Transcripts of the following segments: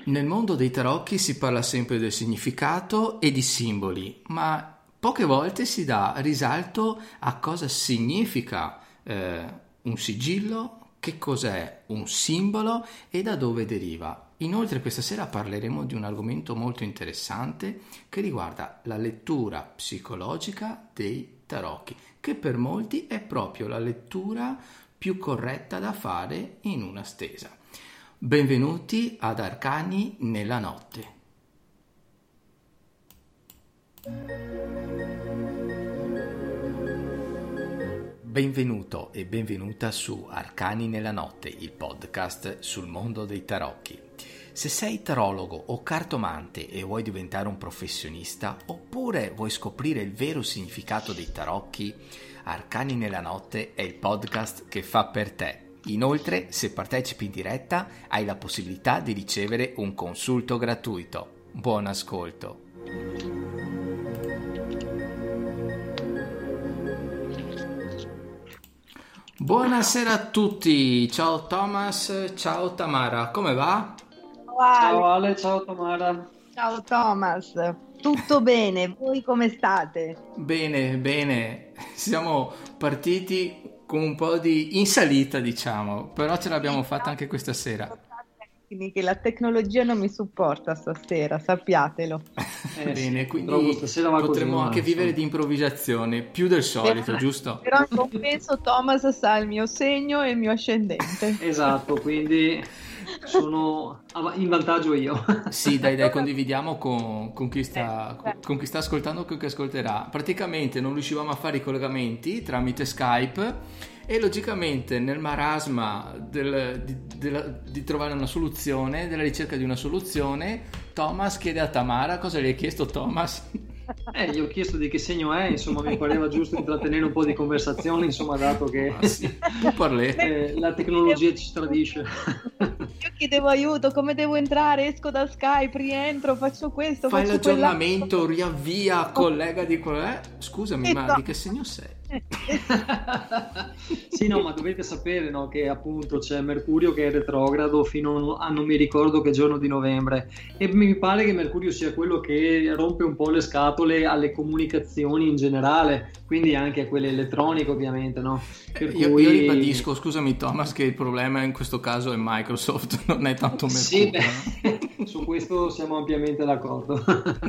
Nel mondo dei tarocchi si parla sempre del significato e di simboli, ma poche volte si dà risalto a cosa significa un sigillo, che cos'è un simbolo e da dove deriva. Inoltre questa sera parleremo di un argomento molto interessante che riguarda la lettura psicologica dei tarocchi, che per molti è proprio la lettura più corretta da fare in una stesa. Benvenuti ad Arcani nella notte. Benvenuto e benvenuta su Arcani nella notte, il podcast sul mondo dei tarocchi. Se sei tarologo o cartomante e vuoi diventare un professionista, oppure vuoi scoprire il vero significato dei tarocchi, Arcani nella notte è il podcast che fa per te. Inoltre, se partecipi in diretta, hai la possibilità di ricevere un consulto gratuito. Buon ascolto. Buonasera a tutti, ciao Thomas, ciao Tamara, come va? Ciao Ale, ciao Tamara. Ciao Thomas, tutto bene? Voi come state? Bene, bene, siamo partiti con un po' di in salita, diciamo, però ce l'abbiamo fatta anche questa sera. Che la tecnologia non mi supporta stasera, sappiatelo. Bene, sì, quindi stasera va potremo così, anche vivere insomma. di improvvisazione, più del solito, giusto? Però in compenso Thomas sa il mio segno e il mio ascendente. Esatto, quindi sono in vantaggio io. Sì, dai, condividiamo con chi sta ascoltando, con chi ascolterà. Praticamente non riuscivamo a fare i collegamenti tramite Skype e logicamente nel marasma di trovare una soluzione, della ricerca di una soluzione, Thomas chiede a Tamara, cosa gli hai chiesto Thomas? Gli ho chiesto di che segno è, insomma mi pareva giusto intrattenere un po' di conversazione, insomma dato che Sì, la tecnologia ci tradisce. Io chiedevo aiuto, come devo entrare? Esco da Skype, rientro, faccio questo, fai faccio l'aggiornamento, riavvia, collega di quello. Scusami, ma di che segno sei? Sì, no, ma dovete sapere, no, che appunto c'è Mercurio che è retrogrado fino a non mi ricordo che giorno di novembre, e mi pare che Mercurio sia quello che rompe un po' le scatole alle comunicazioni in generale, quindi anche a quelle elettroniche ovviamente, no? Io ribadisco, scusami Thomas, che il problema in questo caso è Microsoft, non è tanto Mercurio. Sì, su questo siamo ampiamente d'accordo.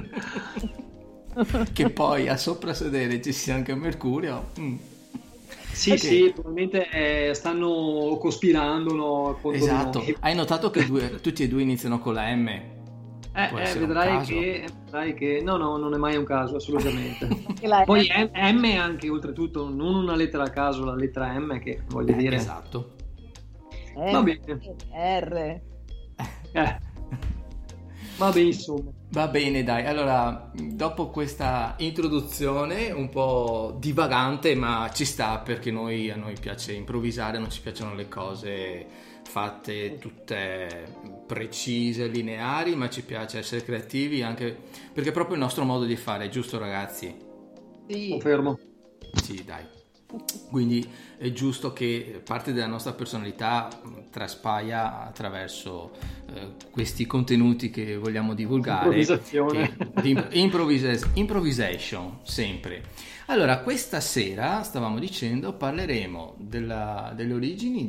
Che poi a soprasedere ci sia anche Mercurio. Sì, Okay. sì, probabilmente stanno cospirando, no, contro di Esatto, noi. hai notato che tutti e due iniziano con la M? Può essere un caso? Vedrai che no, non è mai un caso, assolutamente. la Poi M è anche oltretutto non una lettera a caso, la lettera M che voglio dire. Esatto. Va bene. R. Va bene, insomma. Va bene, dai. Allora, dopo questa introduzione un po' divagante, ma ci sta perché a noi piace improvvisare, non ci piacciono le cose fatte tutte precise, lineari, ma ci piace essere creativi anche perché è proprio il nostro modo di fare, giusto ragazzi? Sì. Confermo. Sì, dai. Quindi è giusto che parte della nostra personalità traspaia attraverso questi contenuti che vogliamo divulgare. Improvvisazione. Improvisation, sempre. Allora, questa sera, stavamo dicendo, parleremo delle origini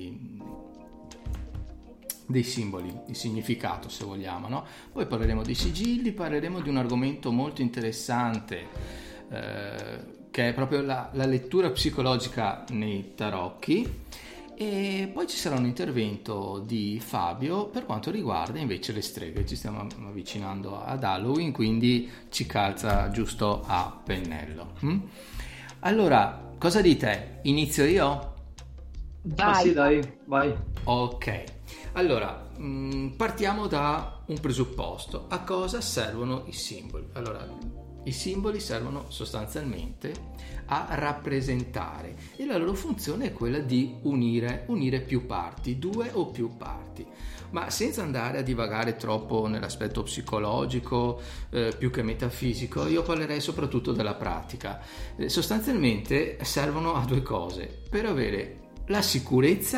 dei simboli, il significato se vogliamo, no? Poi parleremo dei sigilli, parleremo di un argomento molto interessante che è proprio la lettura psicologica nei tarocchi, e poi ci sarà un intervento di Fabio per quanto riguarda invece le streghe. Ci stiamo avvicinando ad Halloween, quindi ci calza giusto a pennello. Allora, cosa dite? Inizio io? Sì, dai, vai. Ok, allora partiamo da un presupposto. A cosa servono i simboli? Allora, i simboli servono sostanzialmente a rappresentare e la loro funzione è quella di unire più parti, due o più parti. Ma senza andare a divagare troppo nell'aspetto psicologico più che metafisico, io parlerei soprattutto della pratica. Sostanzialmente servono a due cose: per avere la sicurezza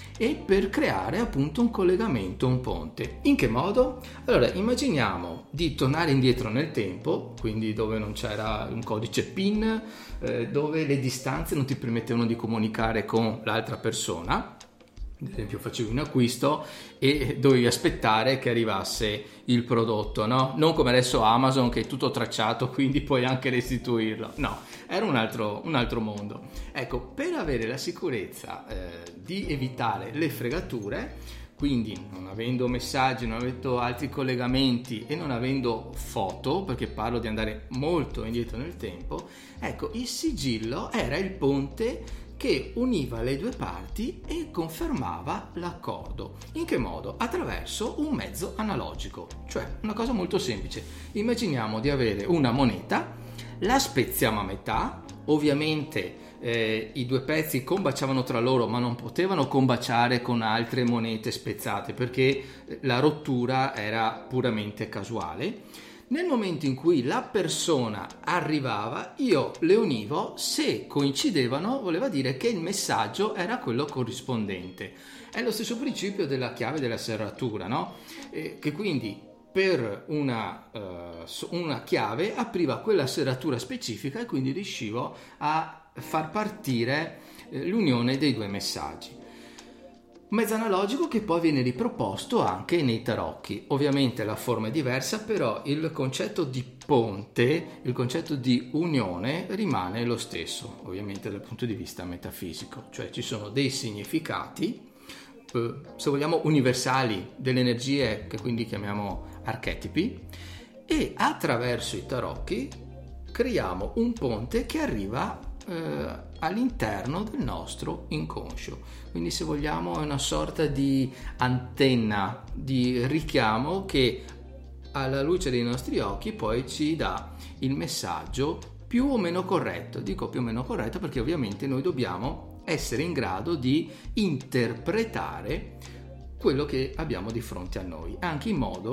e per creare appunto un collegamento, un ponte. In che modo? Allora, immaginiamo di tornare indietro nel tempo, quindi dove non c'era un codice PIN, dove le distanze non ti permettevano di comunicare con l'altra persona. Ad esempio, facevi un acquisto e dovevi aspettare che arrivasse il prodotto, no? Non come adesso Amazon, che è tutto tracciato, quindi puoi anche restituirlo. No, era un altro mondo. Ecco, per avere la sicurezza di evitare le fregature, quindi non avendo messaggi, non avendo altri collegamenti e non avendo foto, perché parlo di andare molto indietro nel tempo, ecco, il sigillo era il ponte che univa le due parti e confermava l'accordo. In che modo? Attraverso un mezzo analogico, cioè una cosa molto semplice. Immaginiamo di avere una moneta, la spezziamo a metà, ovviamente i due pezzi combaciavano tra loro, ma non potevano combaciare con altre monete spezzate perché la rottura era puramente casuale. Nel momento in cui la persona arrivava, io le univo, se coincidevano voleva dire che il messaggio era quello corrispondente. È lo stesso principio della chiave della serratura, no? Che quindi per una chiave apriva quella serratura specifica e quindi riuscivo a far partire l'unione dei due messaggi. Mezzo analogico che poi viene riproposto anche nei tarocchi. Ovviamente la forma è diversa, però il concetto di ponte, il concetto di unione rimane lo stesso, ovviamente dal punto di vista metafisico, cioè ci sono dei significati, se vogliamo universali, delle energie che quindi chiamiamo archetipi, e attraverso i tarocchi creiamo un ponte che arriva all'interno del nostro inconscio. Quindi, se vogliamo, è una sorta di antenna, di richiamo che alla luce dei nostri occhi poi ci dà il messaggio più o meno corretto. Dico più o meno corretto perché ovviamente noi dobbiamo essere in grado di interpretare quello che abbiamo di fronte a noi, anche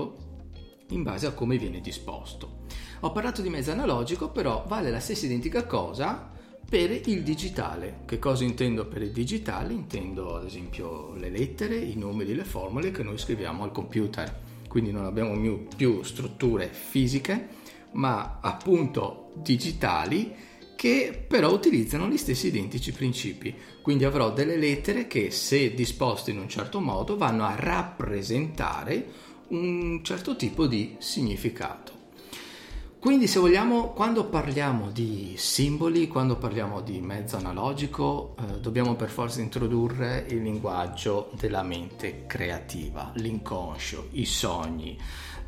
in base a come viene disposto. Ho parlato di mezzo analogico, però vale la stessa identica cosa per il digitale. Che cosa intendo per il digitale? Intendo ad esempio le lettere, i numeri, le formule che noi scriviamo al computer. Quindi non abbiamo più strutture fisiche, ma appunto digitali, che però utilizzano gli stessi identici principi. Quindi avrò delle lettere che, se disposte in un certo modo, vanno a rappresentare un certo tipo di significato. Quindi, se vogliamo, quando parliamo di simboli, quando parliamo di mezzo analogico, dobbiamo per forza introdurre il linguaggio della mente creativa, l'inconscio, i sogni,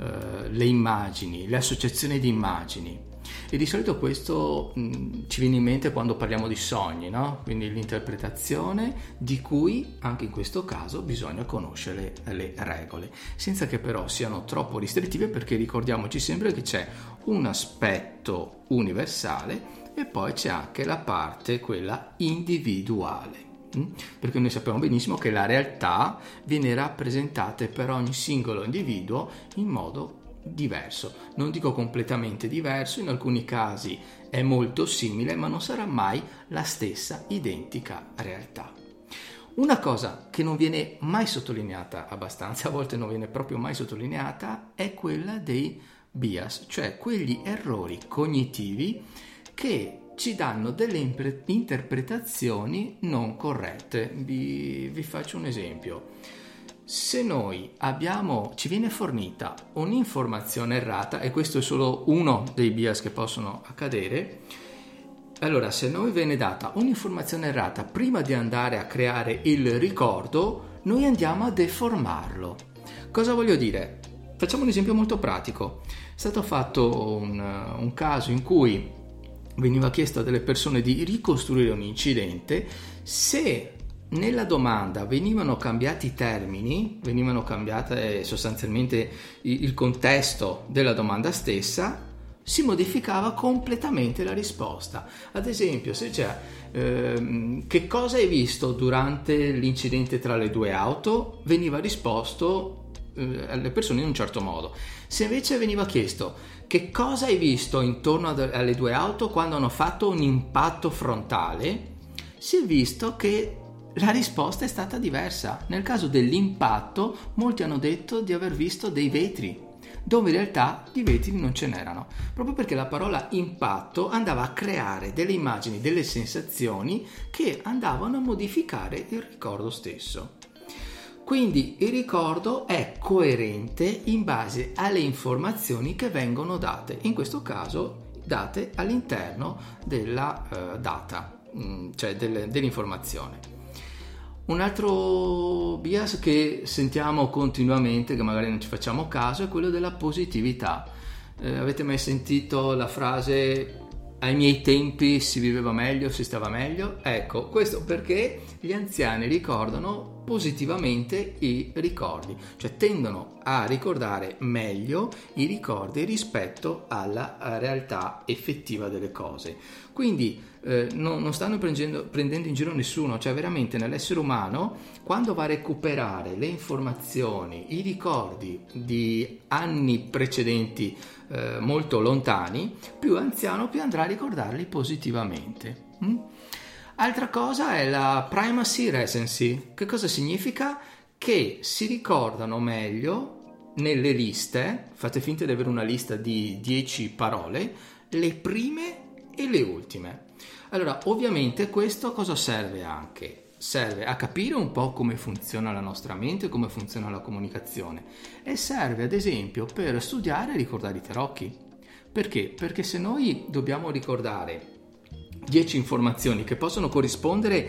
le immagini, le associazioni di immagini. E di solito questo ci viene in mente quando parliamo di sogni, no? Quindi l'interpretazione, di cui anche in questo caso bisogna conoscere le regole, senza che però siano troppo restrittive, perché ricordiamoci sempre che c'è un aspetto universale e poi c'è anche la parte, quella individuale. Perché noi sappiamo benissimo che la realtà viene rappresentata per ogni singolo individuo in modo diverso, non dico completamente diverso, in alcuni casi è molto simile, ma non sarà mai la stessa identica realtà. Una cosa che non viene mai sottolineata abbastanza, a volte non viene proprio mai sottolineata, è quella dei bias, cioè quegli errori cognitivi che ci danno delle interpretazioni non corrette. Vi faccio un esempio. Se noi ci viene fornita un'informazione errata, e questo è solo uno dei bias che possono accadere, allora se noi viene data un'informazione errata prima di andare a creare il ricordo, noi andiamo a deformarlo. Cosa voglio dire? Facciamo un esempio molto pratico. È stato fatto un caso in cui veniva chiesto a delle persone di ricostruire un incidente. Se nella domanda venivano cambiati i termini, venivano cambiate sostanzialmente il contesto della domanda stessa, si modificava completamente la risposta. Ad esempio, se c'è che cosa hai visto durante l'incidente tra le due auto, veniva risposto alle persone in un certo modo. Se invece veniva chiesto che cosa hai visto intorno alle due auto quando hanno fatto un impatto frontale, si è visto che la risposta è stata diversa. Nel caso dell'impatto, molti hanno detto di aver visto dei vetri, dove in realtà di vetri non ce n'erano, proprio perché la parola impatto andava a creare delle immagini, delle sensazioni che andavano a modificare il ricordo stesso. Quindi il ricordo è coerente in base alle informazioni che vengono date, in questo caso date all'interno della data, cioè dell'informazione. Un altro bias che sentiamo continuamente, che magari non ci facciamo caso, è quello della positività. Avete mai sentito la frase ai miei tempi si viveva meglio, si stava meglio? Ecco, questo perché gli anziani ricordano positivamente i ricordi, cioè tendono a ricordare meglio i ricordi rispetto alla realtà effettiva delle cose. Quindi non stanno prendendo in giro nessuno, cioè veramente nell'essere umano, quando va a recuperare le informazioni, i ricordi di anni precedenti molto lontani, più anziano più andrà a ricordarli positivamente. Altra cosa è la primacy recency. Che cosa significa? Che si ricordano meglio nelle liste, fate finta di avere una lista di 10 parole, le prime e le ultime. Allora, ovviamente questo cosa serve anche? Serve a capire un po' come funziona la nostra mente, come funziona la comunicazione, e serve ad esempio per studiare e ricordare i tarocchi. Perché? Perché se noi dobbiamo ricordare 10 informazioni che possono corrispondere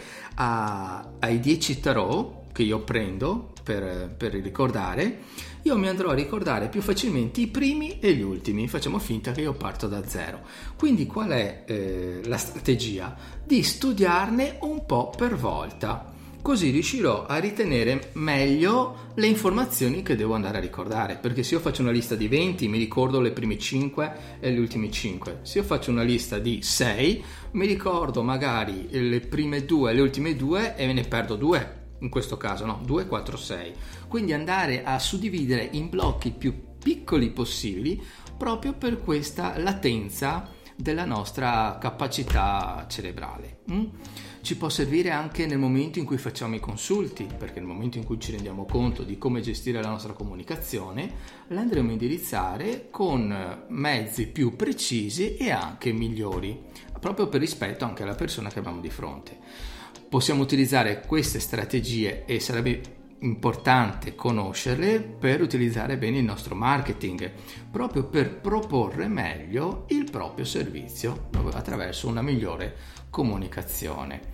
ai 10 tarot che io prendo per ricordare, io mi andrò a ricordare più facilmente i primi e gli ultimi. Facciamo finta che io parto da zero. Quindi qual è la strategia? Di studiarne un po' per volta. Così riuscirò a ritenere meglio le informazioni che devo andare a ricordare, perché se io faccio una lista di 20 mi ricordo le prime 5 e le ultime 5. Se io faccio una lista di 6 mi ricordo magari le prime 2 e le ultime 2 e me ne perdo 2, in questo caso no, 2, 4, 6. Quindi andare a suddividere in blocchi più piccoli possibili, proprio per questa latenza della nostra capacità cerebrale. Ci può servire anche nel momento in cui facciamo i consulti, perché nel momento in cui ci rendiamo conto di come gestire la nostra comunicazione, la andremo a indirizzare con mezzi più precisi e anche migliori, proprio per rispetto anche alla persona che abbiamo di fronte. Possiamo utilizzare queste strategie e sarebbe importante conoscerle per utilizzare bene il nostro marketing, proprio per proporre meglio il proprio servizio attraverso una migliore comunicazione.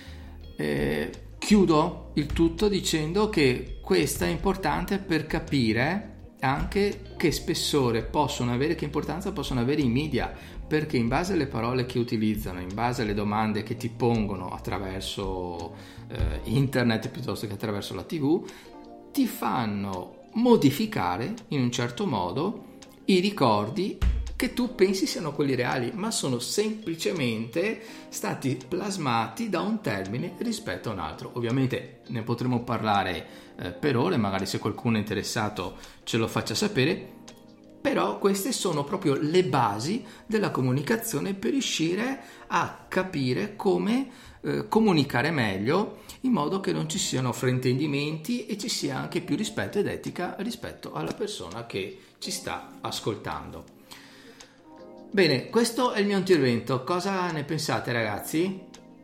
Chiudo il tutto dicendo che questa è importante per capire anche che spessore possono avere, che importanza possono avere i media, perché in base alle parole che utilizzano, in base alle domande che ti pongono attraverso internet piuttosto che attraverso la TV, ti fanno modificare in un certo modo i ricordi che tu pensi siano quelli reali, ma sono semplicemente stati plasmati da un termine rispetto a un altro. Ovviamente ne potremo parlare per ore, magari se qualcuno è interessato ce lo faccia sapere, però queste sono proprio le basi della comunicazione per riuscire a capire come comunicare meglio, in modo che non ci siano fraintendimenti e ci sia anche più rispetto ed etica rispetto alla persona che ci sta ascoltando. Bene, questo è il mio intervento. Cosa ne pensate, ragazzi?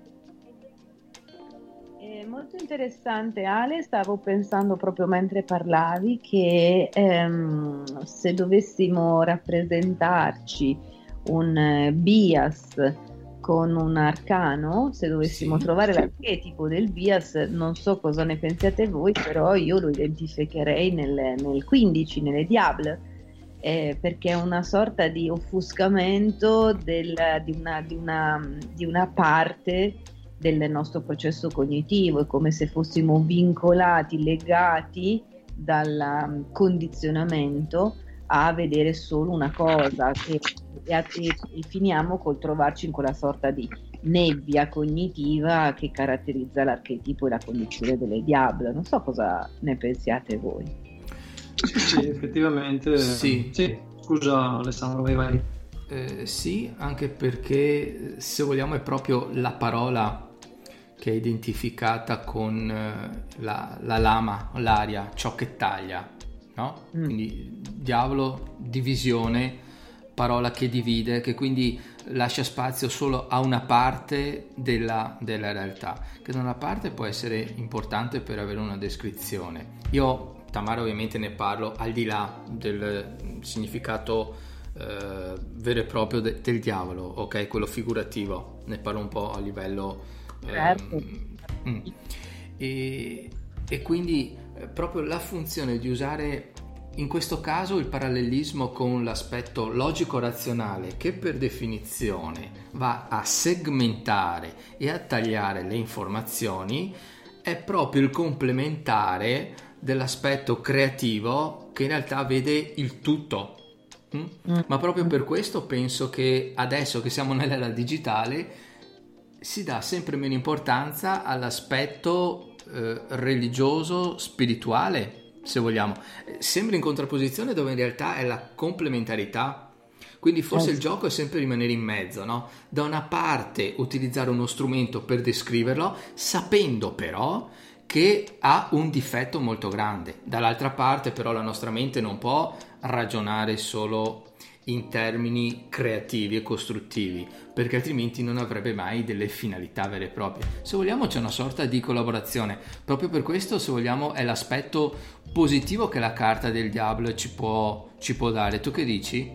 È molto interessante, Ale. Stavo pensando proprio mentre parlavi che se dovessimo rappresentarci un bias con un arcano, se dovessimo trovare l'archetipo del bias, non so cosa ne pensiate voi, però io lo identificherei nel 15, nelle Diable. Perché è una sorta di offuscamento di una parte del nostro processo cognitivo. È come se fossimo vincolati, legati dal condizionamento a vedere solo una cosa e finiamo col trovarci in quella sorta di nebbia cognitiva che caratterizza l'archetipo e la condizione delle Diable. Non so cosa ne pensiate voi. Sì, effettivamente. Sì. Scusa Alessandro, vai. Sì, anche perché se vogliamo è proprio la parola che è identificata con la lama, l'aria, ciò che taglia, no? Quindi diavolo, divisione, parola che divide, che quindi lascia spazio solo a una parte della realtà, che da una parte può essere importante per avere una descrizione. Io, Tamara, ovviamente ne parlo al di là del significato vero e proprio del diavolo, ok? Quello figurativo, ne parlo un po' a livello e quindi proprio la funzione di usare in questo caso il parallelismo con l'aspetto logico-razionale, che per definizione va a segmentare e a tagliare le informazioni, è proprio il complementare dell'aspetto creativo, che in realtà vede il tutto. Ma proprio per questo penso che adesso che siamo nell'era digitale si dà sempre meno importanza all'aspetto religioso, spirituale, se vogliamo. Sembra in contrapposizione, dove in realtà è la complementarità. Quindi forse il gioco è sempre rimanere in mezzo, no? Da una parte utilizzare uno strumento per descriverlo, sapendo però che ha un difetto molto grande. Dall'altra parte però la nostra mente non può ragionare solo in termini creativi e costruttivi, perché altrimenti non avrebbe mai delle finalità vere e proprie. Se vogliamo c'è una sorta di collaborazione, proprio per questo, se vogliamo, è l'aspetto positivo che la carta del diavolo ci può dare. Tu che dici?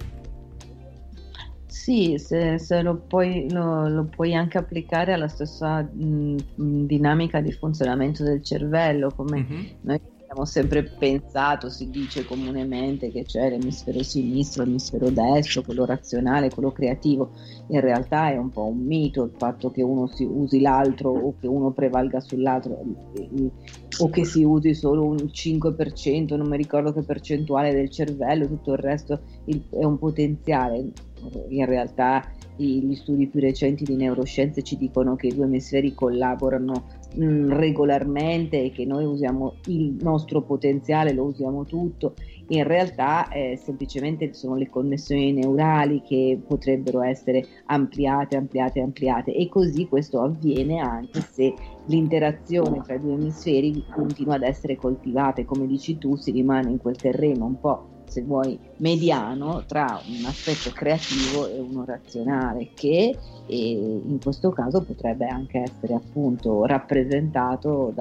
Sì, se lo puoi anche applicare alla stessa dinamica di funzionamento del cervello, come noi abbiamo sempre pensato, si dice comunemente che c'è l'emisfero sinistro, l'emisfero destro, quello razionale, quello creativo. In realtà è un po' un mito il fatto che uno si usi l'altro o che uno prevalga sull'altro o che si usi solo un 5%, non mi ricordo che percentuale del cervello, tutto il resto è un potenziale. In realtà gli studi più recenti di neuroscienze ci dicono che i due emisferi collaborano regolarmente e che noi usiamo il nostro potenziale, lo usiamo tutto. In realtà semplicemente sono le connessioni neurali che potrebbero essere ampliate, e così questo avviene anche se l'interazione tra i due emisferi continua ad essere coltivata, e come dici tu si rimane in quel terreno un po', se vuoi, mediano tra un aspetto creativo e uno razionale, che in questo caso potrebbe anche essere appunto rappresentato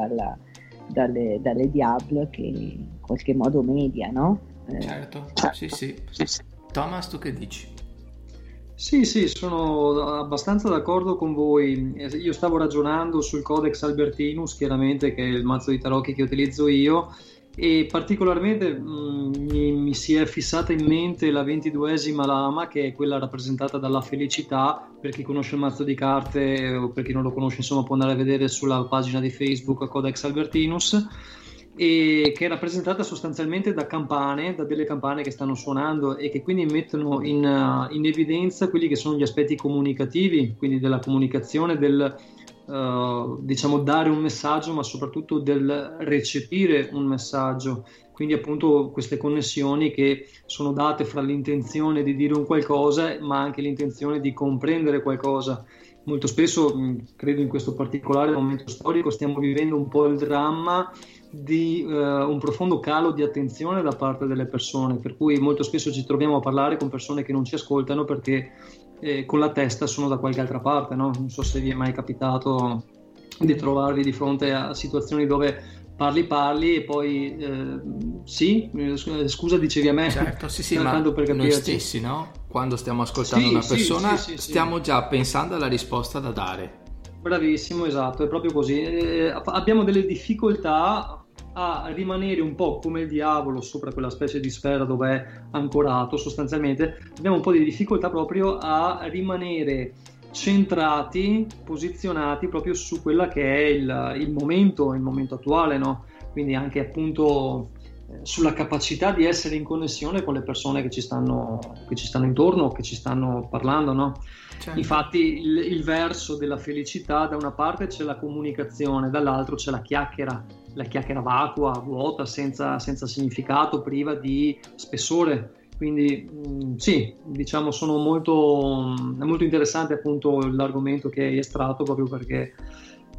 dalle Diable, che in qualche modo media, no? Certo, sì. Thomas, tu che dici? Sì, sono abbastanza d'accordo con voi. Io stavo ragionando sul Codex Albertinus, chiaramente, che è il mazzo di tarocchi che utilizzo io, e particolarmente mi si è fissata in mente la 22esima lama, che è quella rappresentata dalla felicità. Per chi conosce il mazzo di carte o per chi non lo conosce, insomma, può andare a vedere sulla pagina di Facebook Codex Albertinus, e che è rappresentata sostanzialmente da delle campane che stanno suonando e che quindi mettono in evidenza quelli che sono gli aspetti comunicativi, quindi della comunicazione, del diciamo dare un messaggio, ma soprattutto del recepire un messaggio. Quindi appunto queste connessioni che sono date fra l'intenzione di dire un qualcosa, ma anche l'intenzione di comprendere qualcosa. Molto spesso, credo in questo particolare momento storico, stiamo vivendo un po' il dramma di un profondo calo di attenzione da parte delle persone, per cui molto spesso ci troviamo a parlare con persone che non ci ascoltano perché con la testa sono da qualche altra parte, no? Non so se vi è mai capitato di trovarvi di fronte a situazioni dove parli e poi scusa, dicevi a me. Certo, sì, ma noi stessi, no? Quando stiamo ascoltando una persona, stiamo già pensando alla risposta da dare. Bravissimo, esatto, è proprio così. Abbiamo delle difficoltà a rimanere un po' come il diavolo sopra quella specie di sfera dove è ancorato, sostanzialmente. Abbiamo un po' di difficoltà proprio a rimanere centrati, posizionati proprio su quella che è il momento attuale, no? Quindi anche appunto sulla capacità di essere in connessione con le persone che ci stanno intorno, che ci stanno parlando, no? Certo. Infatti il verso della felicità, da una parte c'è la comunicazione, dall'altro c'è la chiacchiera vacua, vuota, senza significato, priva di spessore. Quindi sì, diciamo è molto interessante appunto l'argomento che hai estratto, proprio perché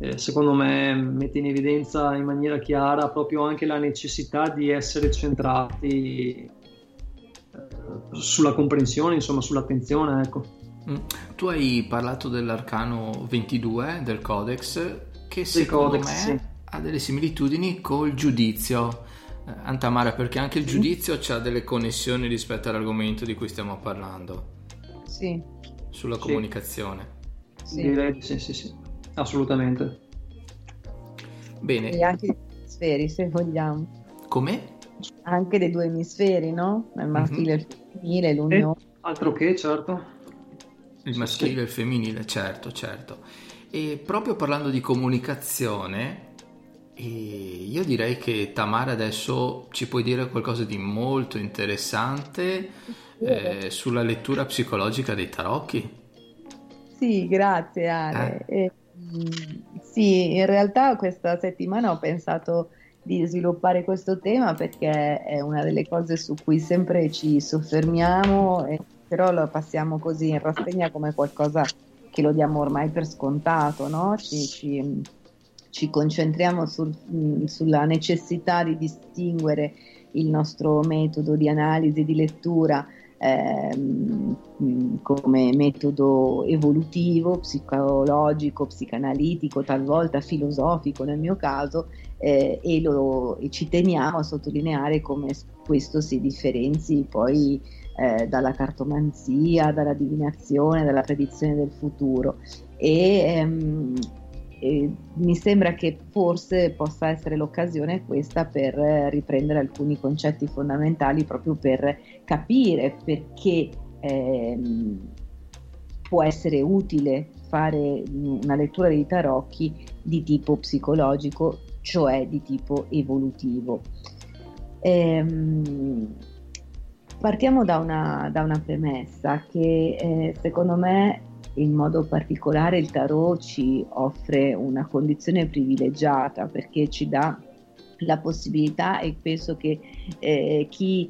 secondo me mette in evidenza in maniera chiara proprio anche la necessità di essere centrati sulla comprensione, insomma sull'attenzione, ecco. Tu hai parlato dell'arcano 22 del Codex, che secondo me sì, ha delle similitudini col giudizio, Antamara, perché anche il giudizio ha delle connessioni rispetto all'argomento di cui stiamo parlando. Sì. Sulla comunicazione. Sì. Direi sì, assolutamente. Bene. E anche dei emisferi, se vogliamo. Come? Anche dei due emisferi, no? Il maschile e il femminile, l'unione. Altro che, certo. Il maschile e il femminile, certo. E proprio parlando di comunicazione, io direi che Tamara adesso ci puoi dire qualcosa di molto interessante sulla lettura psicologica dei tarocchi. Sì, grazie Ale. Sì, in realtà questa settimana ho pensato di sviluppare questo tema perché è una delle cose su cui sempre ci soffermiamo, però lo passiamo così in rassegna come qualcosa che lo diamo ormai per scontato, no? Ci concentriamo sulla necessità di distinguere il nostro metodo di analisi, di lettura come metodo evolutivo, psicologico, psicanalitico, talvolta filosofico nel mio caso, e ci teniamo a sottolineare come questo si differenzi poi dalla cartomanzia, dalla divinazione, dalla predizione del futuro. E mi sembra che forse possa essere l'occasione questa per riprendere alcuni concetti fondamentali, proprio per capire perché può essere utile fare una lettura dei tarocchi di tipo psicologico, cioè di tipo evolutivo. Partiamo da una premessa che secondo me in modo particolare il tarot ci offre una condizione privilegiata, perché ci dà la possibilità, e penso che chi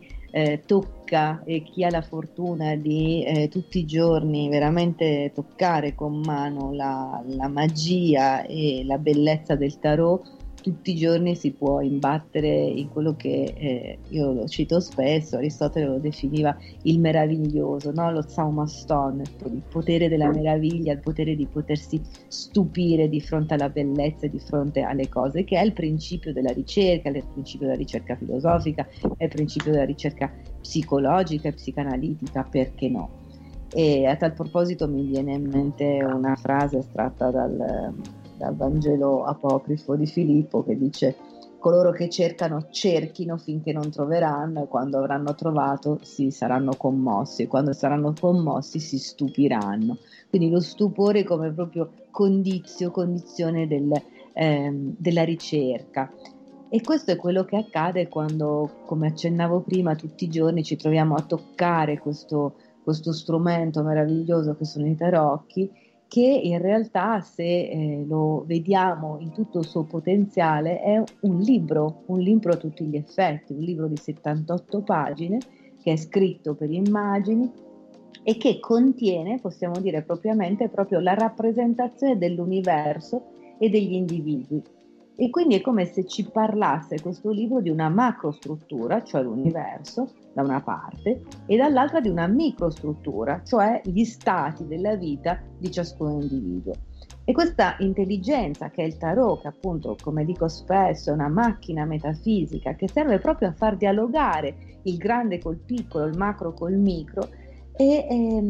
tocca e chi ha la fortuna di tutti i giorni veramente toccare con mano la magia e la bellezza del tarot, tutti i giorni si può imbattere in quello che io lo cito spesso, Aristotele lo definiva il meraviglioso, no? Lo Zaumaston, il potere della meraviglia, il potere di potersi stupire di fronte alla bellezza e di fronte alle cose, che è il principio della ricerca, è il principio della ricerca filosofica, è il principio della ricerca psicologica e psicanalitica, perché no? E a tal proposito mi viene in mente una frase estratta dal Vangelo apocrifo di Filippo, che dice: coloro che cercano cerchino finché non troveranno, e quando avranno trovato si saranno commossi, e quando saranno commossi si stupiranno. Quindi lo stupore come proprio condizione della ricerca. E questo è quello che accade quando, come accennavo prima, tutti i giorni ci troviamo a toccare questo strumento meraviglioso che sono i tarocchi, che in realtà, se lo vediamo in tutto il suo potenziale, è un libro a tutti gli effetti, un libro di 78 pagine che è scritto per immagini e che contiene, possiamo dire propriamente, proprio la rappresentazione dell'universo e degli individui. E quindi è come se ci parlasse questo libro di una macrostruttura, cioè l'universo, da una parte, e dall'altra di una microstruttura, cioè gli stati della vita di ciascun individuo. E questa intelligenza che è il tarot, che appunto, come dico spesso, è una macchina metafisica che serve proprio a far dialogare il grande col piccolo, il macro col micro, è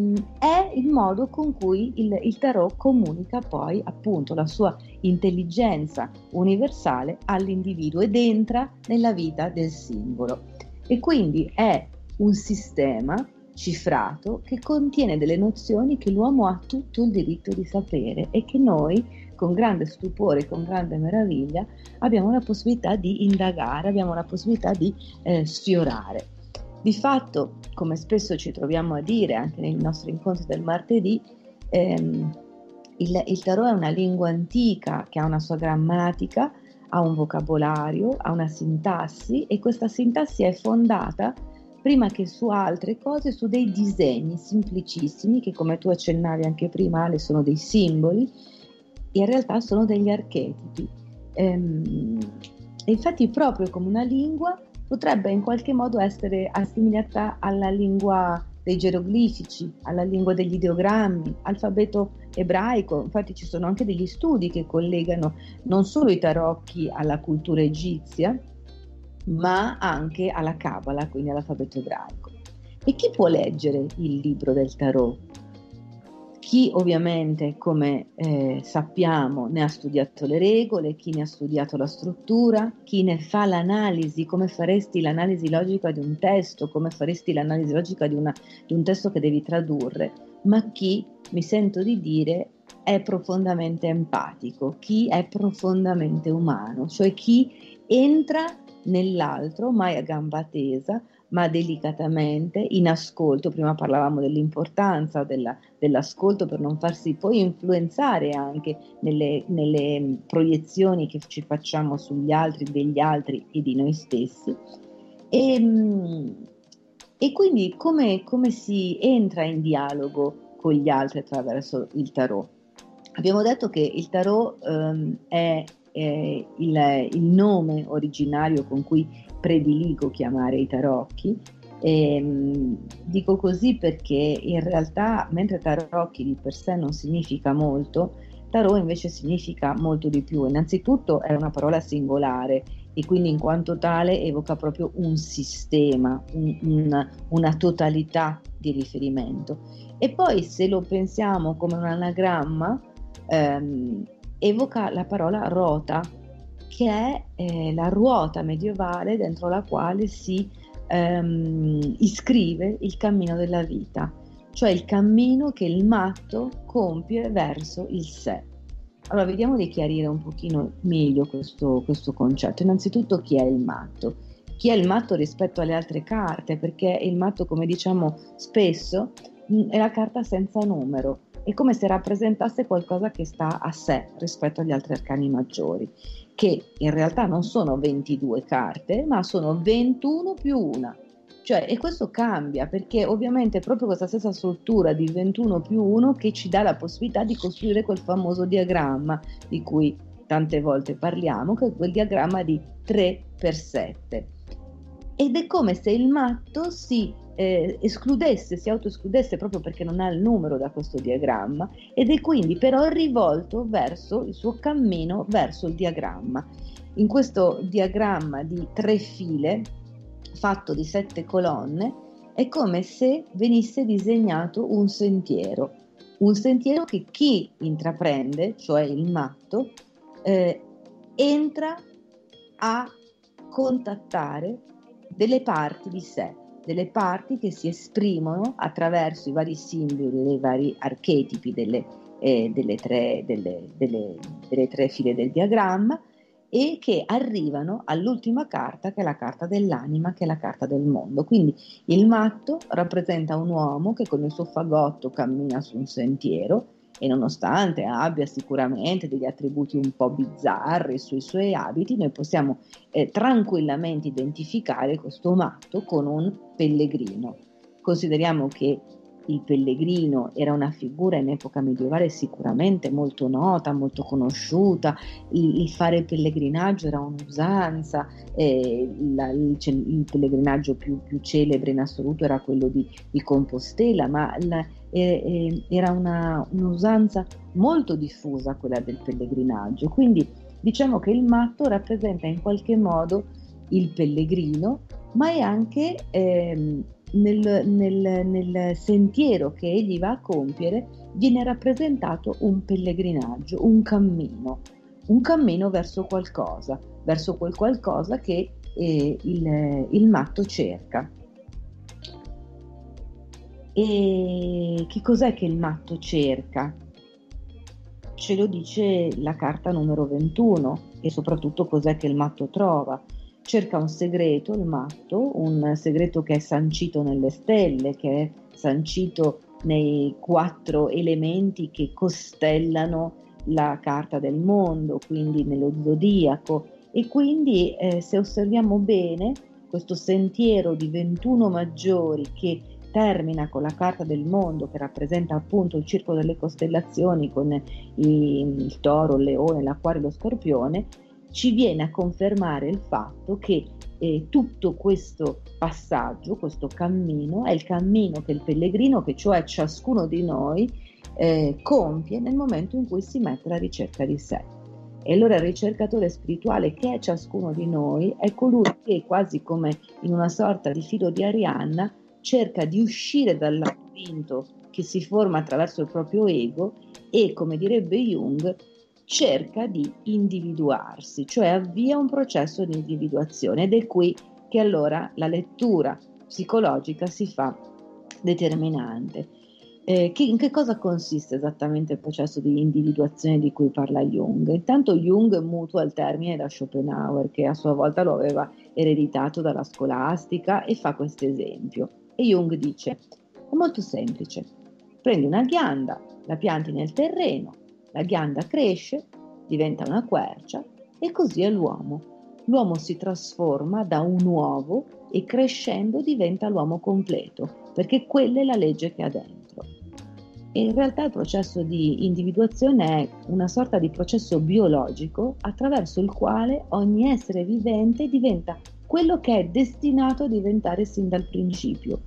il modo con cui il tarot comunica poi appunto la sua intelligenza universale all'individuo ed entra nella vita del singolo. E quindi è un sistema cifrato che contiene delle nozioni che l'uomo ha tutto il diritto di sapere e che noi, con grande stupore, con grande meraviglia, abbiamo la possibilità di indagare, abbiamo la possibilità di sfiorare. Di fatto, come spesso ci troviamo a dire anche nei nostri incontri del martedì, il tarot è una lingua antica che ha una sua grammatica, ha un vocabolario, ha una sintassi, e questa sintassi è fondata, prima che su altre cose, su dei disegni semplicissimi che, come tu accennavi anche prima, Ale, sono dei simboli, in realtà sono degli archetipi. E infatti proprio come una lingua potrebbe in qualche modo essere assimilata alla lingua dei geroglifici, alla lingua degli ideogrammi, alfabeto ebraico. Infatti ci sono anche degli studi che collegano non solo i tarocchi alla cultura egizia, ma anche alla Cabala, quindi all'alfabeto ebraico. E chi può leggere il libro del tarot? Chi ovviamente, come sappiamo, ne ha studiato le regole, chi ne ha studiato la struttura, chi ne fa l'analisi, come faresti l'analisi logica di un testo, come faresti l'analisi logica di un testo che devi tradurre, ma chi, mi sento di dire, è profondamente empatico, chi è profondamente umano, cioè chi entra nell'altro, mai a gamba tesa, ma delicatamente, in ascolto. Prima parlavamo dell'importanza dell'ascolto per non farsi poi influenzare anche nelle proiezioni che ci facciamo sugli altri, degli altri e di noi stessi. E quindi come si entra in dialogo con gli altri attraverso il tarot? Abbiamo detto che il tarot è il nome originario con cui prediligo chiamare i tarocchi. Dico così perché in realtà, mentre tarocchi di per sé non significa molto, tarot invece significa molto di più. Innanzitutto è una parola singolare e quindi in quanto tale evoca proprio un sistema, una totalità di riferimento. E poi se lo pensiamo come un anagramma, evoca la parola rota, che è la ruota medievale dentro la quale si iscrive il cammino della vita, cioè il cammino che il matto compie verso il sé. Allora vediamo di chiarire un pochino meglio questo concetto. Innanzitutto, chi è il matto? Chi è il matto rispetto alle altre carte? Perché il matto, come diciamo spesso, è la carta senza numero. È come se rappresentasse qualcosa che sta a sé rispetto agli altri arcani maggiori, che in realtà non sono 22 carte, ma sono 21 più una. Cioè, e questo cambia perché ovviamente è proprio questa stessa struttura di 21 più 1 che ci dà la possibilità di costruire quel famoso diagramma di cui tante volte parliamo, che è quel diagramma di 3x7. Ed è come se il matto si autoescludesse proprio perché non ha il numero da questo diagramma, ed è quindi però rivolto verso il suo cammino verso il diagramma. In questo diagramma di 3 file fatto di 7 colonne è come se venisse disegnato un sentiero che chi intraprende, cioè il matto, entra a contattare delle parti di sé, delle parti che si esprimono attraverso i vari simboli, dei vari archetipi delle 3 file del diagramma, e che arrivano all'ultima carta, che è la carta dell'anima, che è la carta del mondo. Quindi il matto rappresenta un uomo che con il suo fagotto cammina su un sentiero e nonostante abbia sicuramente degli attributi un po' bizzarri sui suoi abiti, noi possiamo tranquillamente identificare questo matto con un pellegrino. Consideriamo che il pellegrino era una figura in epoca medievale sicuramente molto nota, molto conosciuta. Il fare pellegrinaggio era un'usanza. Il pellegrinaggio più celebre in assoluto era quello di Compostela, ma era un'usanza molto diffusa quella del pellegrinaggio. Quindi diciamo che il matto rappresenta in qualche modo il pellegrino, ma è anche nel sentiero che egli va a compiere viene rappresentato un pellegrinaggio, un cammino verso quel qualcosa che il matto cerca. E che cos'è che il matto cerca? Ce lo dice la carta numero 21, e soprattutto cos'è che il matto trova. Cerca un segreto, il matto, un segreto che è sancito nelle stelle, che è sancito nei 4 elementi che costellano la carta del mondo, quindi nello zodiaco. E quindi se osserviamo bene questo sentiero di 21 maggiori che termina con la carta del mondo, che rappresenta appunto il circolo delle costellazioni con il toro, il leone, l'acquario e lo scorpione, ci viene a confermare il fatto che tutto questo passaggio, questo cammino, è il cammino che il pellegrino, che cioè ciascuno di noi, compie nel momento in cui si mette alla ricerca di sé. E allora il ricercatore spirituale, che è ciascuno di noi, è colui che, quasi come in una sorta di filo di Arianna, cerca di uscire dal labirinto che si forma attraverso il proprio ego e, come direbbe Jung, cerca di individuarsi, cioè avvia un processo di individuazione, ed è qui che allora la lettura psicologica si fa determinante. In che cosa consiste esattamente il processo di individuazione di cui parla Jung? Intanto Jung mutua il termine da Schopenhauer, che a sua volta lo aveva ereditato dalla scolastica, e fa questo esempio. E Jung dice: è molto semplice, prendi una ghianda, la pianti nel terreno, la ghianda cresce, diventa una quercia, e così è l'uomo. L'uomo si trasforma da un uovo e crescendo diventa l'uomo completo, perché quella è la legge che ha dentro. E in realtà il processo di individuazione è una sorta di processo biologico attraverso il quale ogni essere vivente diventa quello che è destinato a diventare sin dal principio.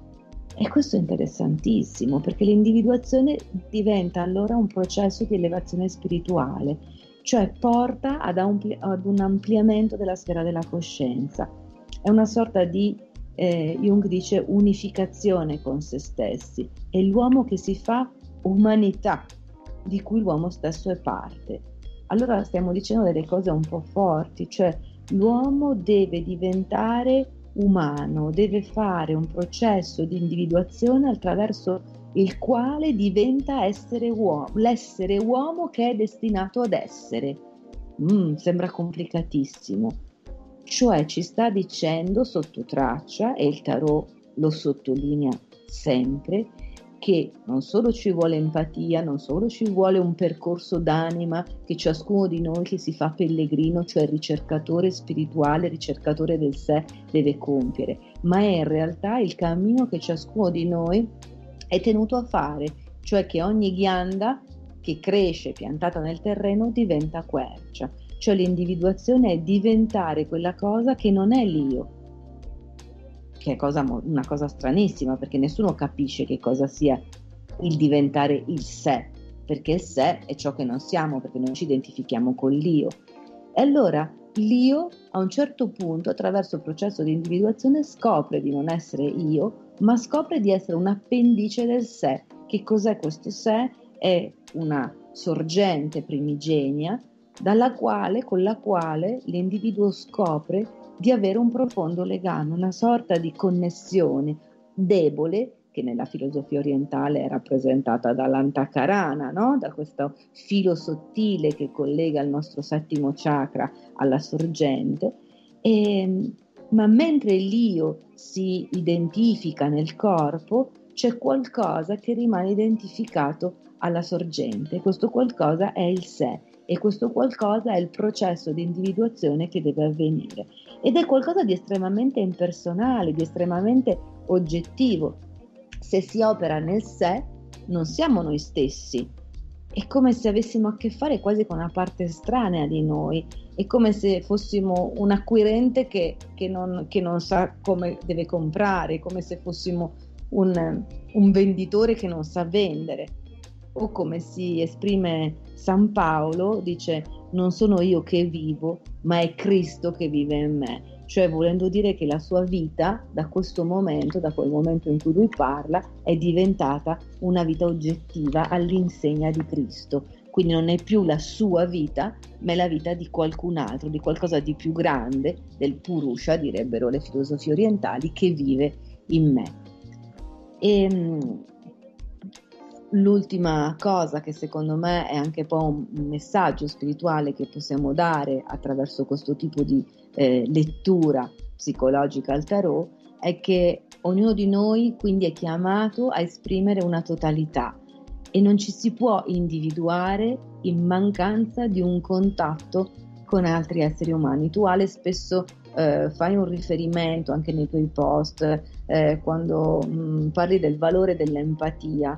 E questo è interessantissimo, perché l'individuazione diventa allora un processo di elevazione spirituale, cioè porta ad un ampliamento della sfera della coscienza. È una sorta di, Jung dice, unificazione con se stessi. È l'uomo che si fa umanità, di cui l'uomo stesso è parte. Allora stiamo dicendo delle cose un po' forti, cioè l'uomo deve diventare umano, deve fare un processo di individuazione attraverso il quale diventa l'essere uomo che è destinato ad essere. Sembra complicatissimo. Cioè ci sta dicendo sotto traccia, e il tarot lo sottolinea sempre, che non solo ci vuole empatia, non solo ci vuole un percorso d'anima che ciascuno di noi che si fa pellegrino, cioè ricercatore spirituale, ricercatore del sé, deve compiere, ma è in realtà il cammino che ciascuno di noi è tenuto a fare, cioè che ogni ghianda che cresce piantata nel terreno diventa quercia, cioè l'individuazione è diventare quella cosa che non è l'io, che è una cosa stranissima, perché nessuno capisce che cosa sia il diventare il sé, perché il sé è ciò che non siamo, perché non ci identifichiamo con l'io. E allora l'io a un certo punto, attraverso il processo di individuazione, scopre di non essere io, ma scopre di essere un appendice del sé. Che cos'è questo sé? È una sorgente primigenia con la quale l'individuo scopre di avere un profondo legame, una sorta di connessione debole, che nella filosofia orientale è rappresentata dall'antakarana, no? Da questo filo sottile che collega il nostro settimo chakra alla sorgente, ma mentre l'io si identifica nel corpo, c'è qualcosa che rimane identificato alla sorgente. Questo qualcosa è il sé, e questo qualcosa è il processo di individuazione che deve avvenire, ed è qualcosa di estremamente impersonale, di estremamente oggettivo. Se si opera nel sé, non siamo noi stessi, è come se avessimo a che fare quasi con una parte estranea di noi, è come se fossimo un acquirente che non sa come deve comprare, è come se fossimo un venditore che non sa vendere. O come si esprime San Paolo, dice: non sono io che vivo, ma è Cristo che vive in me, cioè volendo dire che la sua vita da questo momento, da quel momento in cui lui parla, è diventata una vita oggettiva all'insegna di Cristo, quindi non è più la sua vita, ma è la vita di qualcun altro, di qualcosa di più grande, del Purusha, direbbero le filosofie orientali, che vive in me. L'ultima cosa che secondo me è anche poi un messaggio spirituale che possiamo dare attraverso questo tipo di lettura psicologica al tarot è che ognuno di noi quindi è chiamato a esprimere una totalità e non ci si può individuare in mancanza di un contatto con altri esseri umani. Tu, Ale, spesso fai un riferimento anche nei tuoi post, quando parli del valore dell'empatia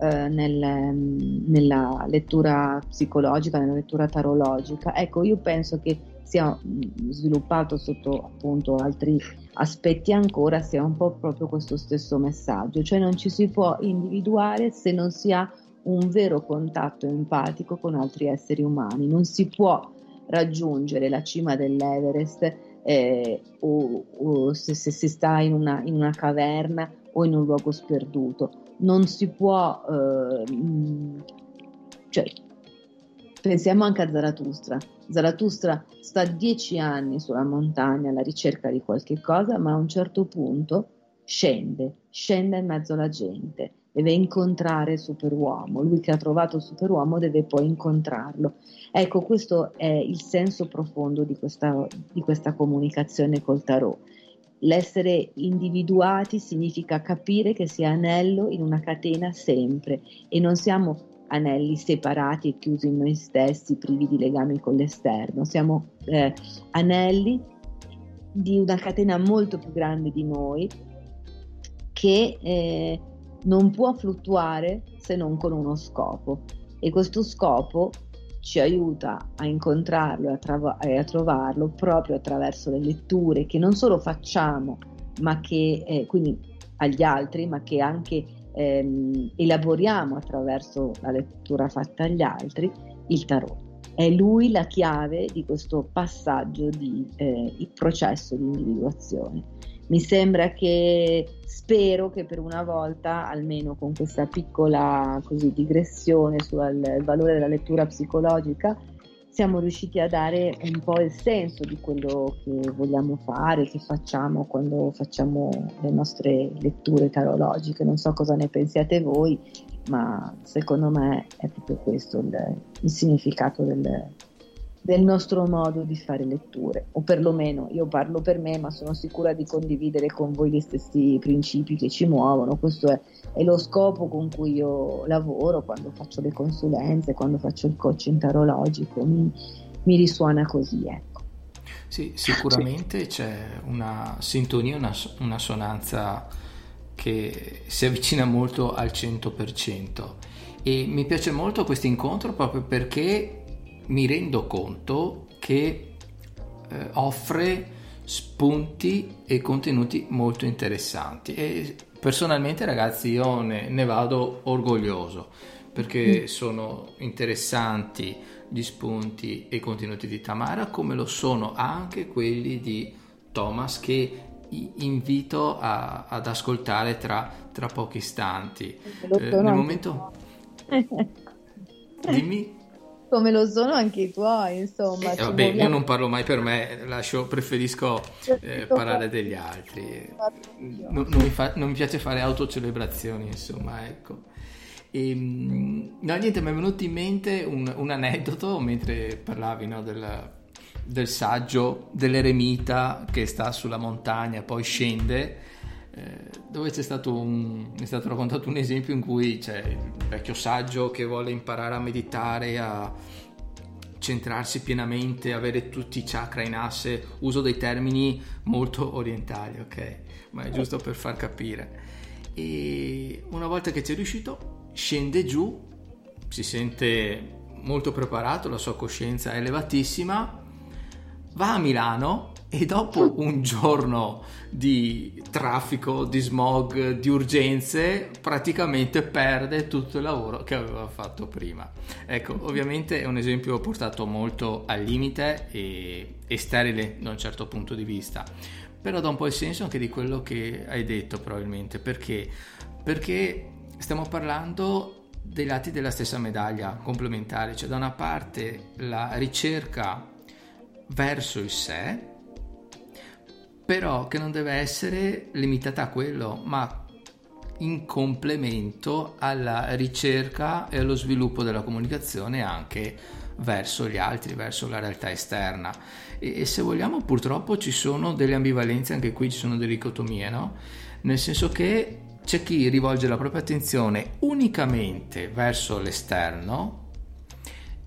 nella lettura psicologica, nella lettura tarologica. Ecco, io penso che sia sviluppato sotto appunto altri aspetti ancora, sia un po' proprio questo stesso messaggio, cioè non ci si può individuare se non si ha un vero contatto empatico con altri esseri umani, non si può raggiungere la cima dell'Everest o se si sta in una caverna o in un luogo sperduto. Non si può, cioè, pensiamo anche a Zarathustra. Zarathustra sta 10 anni sulla montagna alla ricerca di qualche cosa, ma a un certo punto scende in mezzo alla gente, deve incontrare il superuomo. Lui che ha trovato il superuomo deve poi incontrarlo. Ecco, questo è il senso profondo di questa comunicazione col tarot. L'essere individuati significa capire che si è anello in una catena sempre, e non siamo anelli separati e chiusi in noi stessi, privi di legami con l'esterno. Siamo anelli di una catena molto più grande di noi, che non può fluttuare se non con uno scopo, e questo scopo ci aiuta a incontrarlo e a trovarlo proprio attraverso le letture che non solo facciamo, ma che quindi agli altri, ma che anche elaboriamo attraverso la lettura fatta agli altri, il tarot. È lui la chiave di questo passaggio il processo di individuazione. Mi sembra spero che per una volta, almeno con questa piccola digressione sul valore della lettura psicologica, siamo riusciti a dare un po' il senso di quello che vogliamo fare, che facciamo quando facciamo le nostre letture tarologiche. Non so cosa ne pensiate voi, ma secondo me è proprio questo il significato del nostro modo di fare letture, o perlomeno io parlo per me, ma sono sicura di condividere con voi gli stessi principi che ci muovono. Questo è lo scopo con cui io lavoro quando faccio le consulenze, quando faccio il coaching tarologico, mi risuona così, ecco. Sì, sicuramente c'è una sintonia, una sonanza che si avvicina molto al 100%, e mi piace molto questo incontro proprio perché mi rendo conto che offre spunti e contenuti molto interessanti, e personalmente, ragazzi, io ne vado orgoglioso, perché sono interessanti gli spunti e i contenuti di Tamara, come lo sono anche quelli di Thomas, che invito ad ascoltare tra pochi istanti. Nel momento dimmi. Come lo sono anche i tuoi, insomma. Vabbè, io non parlo mai per me, preferisco parlare degli altri. Non mi piace fare autocelebrazioni, insomma, ecco. No, niente, mi è venuto in mente un aneddoto mentre parlavi, no, del saggio dell'eremita che sta sulla montagna e poi scende, dove è stato raccontato un esempio in cui c'è il vecchio saggio che vuole imparare a meditare, a centrarsi pienamente, avere tutti i chakra in asse. Uso dei termini molto orientali, ok? Ma è giusto per far capire. E una volta che ci è riuscito, scende giù, si sente molto preparato, la sua coscienza è elevatissima, va a Milano, e dopo un giorno di traffico, di smog, di urgenze, praticamente perde tutto il lavoro che aveva fatto prima. Ecco, ovviamente è un esempio portato molto al limite e sterile da un certo punto di vista, però dà un po' il senso anche di quello che hai detto, probabilmente. Perché stiamo parlando dei lati della stessa medaglia, complementari. Cioè, da una parte la ricerca verso il sé, però che non deve essere limitata a quello, ma in complemento alla ricerca e allo sviluppo della comunicazione anche verso gli altri, verso la realtà esterna. E se vogliamo, purtroppo ci sono delle ambivalenze, anche qui ci sono delle dicotomie, no? Nel senso che c'è chi rivolge la propria attenzione unicamente verso l'esterno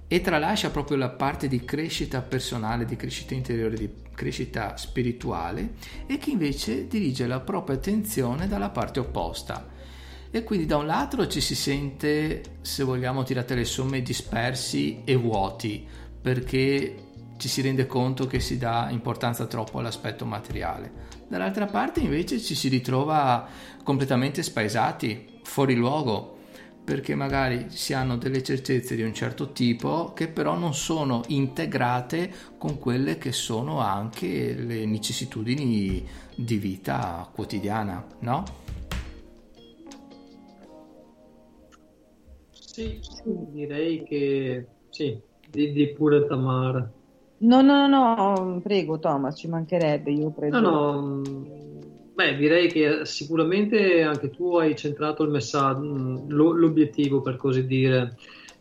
e tralascia proprio la parte di crescita personale, di crescita interiore, di crescita spirituale, e che invece dirige la propria attenzione dalla parte opposta. E quindi da un lato ci si sente, se vogliamo tirate le somme, dispersi e vuoti, perché ci si rende conto che si dà importanza troppo all'aspetto materiale. Dall'altra parte invece ci si ritrova completamente spaesati, fuori luogo, perché magari si hanno delle certezze di un certo tipo che però non sono integrate con quelle che sono anche le vicissitudini di vita quotidiana, no? Sì, direi che sì, di pure Tamara. No, prego Thomas, ci mancherebbe, io No, prendo. no, beh, direi che sicuramente anche tu hai centrato il messaggio, l'obiettivo per così dire.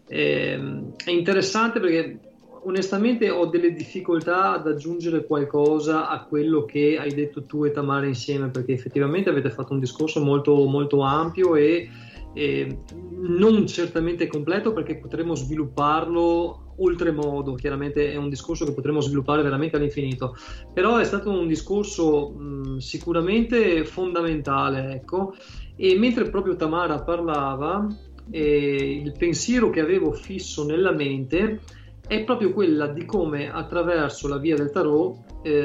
È interessante perché onestamente ho delle difficoltà ad aggiungere qualcosa a quello che hai detto tu e Tamara insieme, perché effettivamente avete fatto un discorso molto, molto ampio e non certamente completo, perché potremmo svilupparlo oltremodo. Chiaramente è un discorso che potremmo sviluppare veramente all'infinito, però è stato un discorso sicuramente fondamentale, ecco. E mentre proprio Tamara parlava, il pensiero che avevo fisso nella mente è proprio quella di come attraverso la via del tarot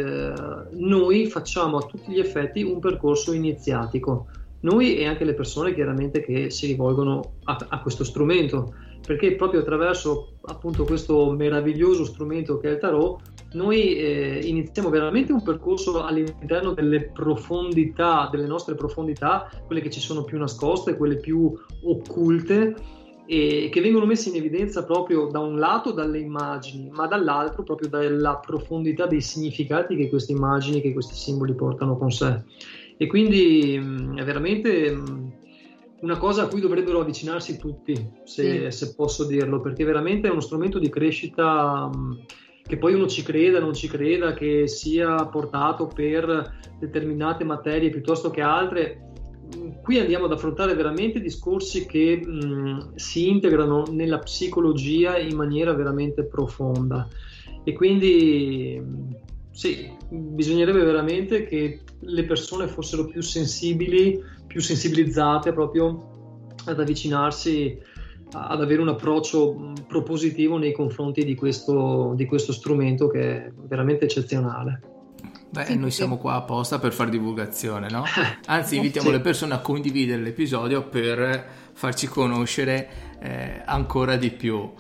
noi facciamo a tutti gli effetti un percorso iniziatico, noi e anche le persone chiaramente che si rivolgono a questo strumento, perché proprio attraverso appunto questo meraviglioso strumento che è il tarot noi iniziamo veramente un percorso all'interno delle profondità, delle nostre profondità, quelle che ci sono più nascoste, quelle più occulte, e che vengono messe in evidenza proprio da un lato dalle immagini, ma dall'altro proprio dalla profondità dei significati che queste immagini, che questi simboli portano con sé. E quindi è veramente una cosa a cui dovrebbero avvicinarsi tutti, se posso dirlo, perché veramente è uno strumento di crescita che poi uno ci creda, non ci creda, che sia portato per determinate materie piuttosto che altre. Qui andiamo ad affrontare veramente discorsi che si integrano nella psicologia in maniera veramente profonda, e quindi sì, bisognerebbe veramente che le persone fossero più sensibili, più sensibilizzate proprio ad avvicinarsi, ad avere un approccio propositivo nei confronti di questo strumento che è veramente eccezionale. Beh, Sì, noi siamo qua apposta per fare divulgazione, no? Anzi, invitiamo Sì. le persone a condividere l'episodio per farci conoscere ancora di più.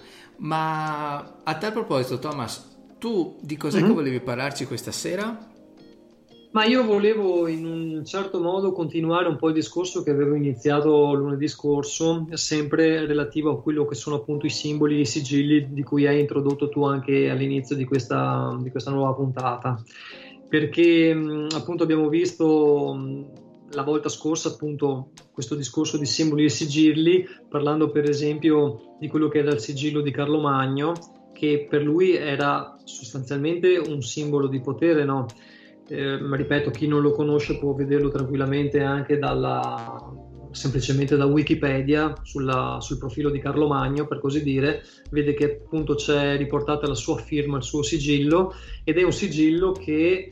Ma a tal proposito, Thomas, tu di cos'è che volevi parlarci questa sera? Ma io volevo in un certo modo continuare un po' il discorso che avevo iniziato lunedì scorso, sempre relativo a quello che sono appunto i simboli, i sigilli di cui hai introdotto tu anche all'inizio di questa nuova puntata. Perché appunto abbiamo visto la volta scorsa appunto questo discorso di simboli e sigilli, parlando per esempio di quello che era il sigillo di Carlo Magno, che per lui era sostanzialmente un simbolo di potere, no? Ma ripeto, chi non lo conosce può vederlo tranquillamente anche semplicemente da Wikipedia sul profilo di Carlo Magno, per così dire. Vede che appunto c'è riportata la sua firma, il suo sigillo, ed è un sigillo che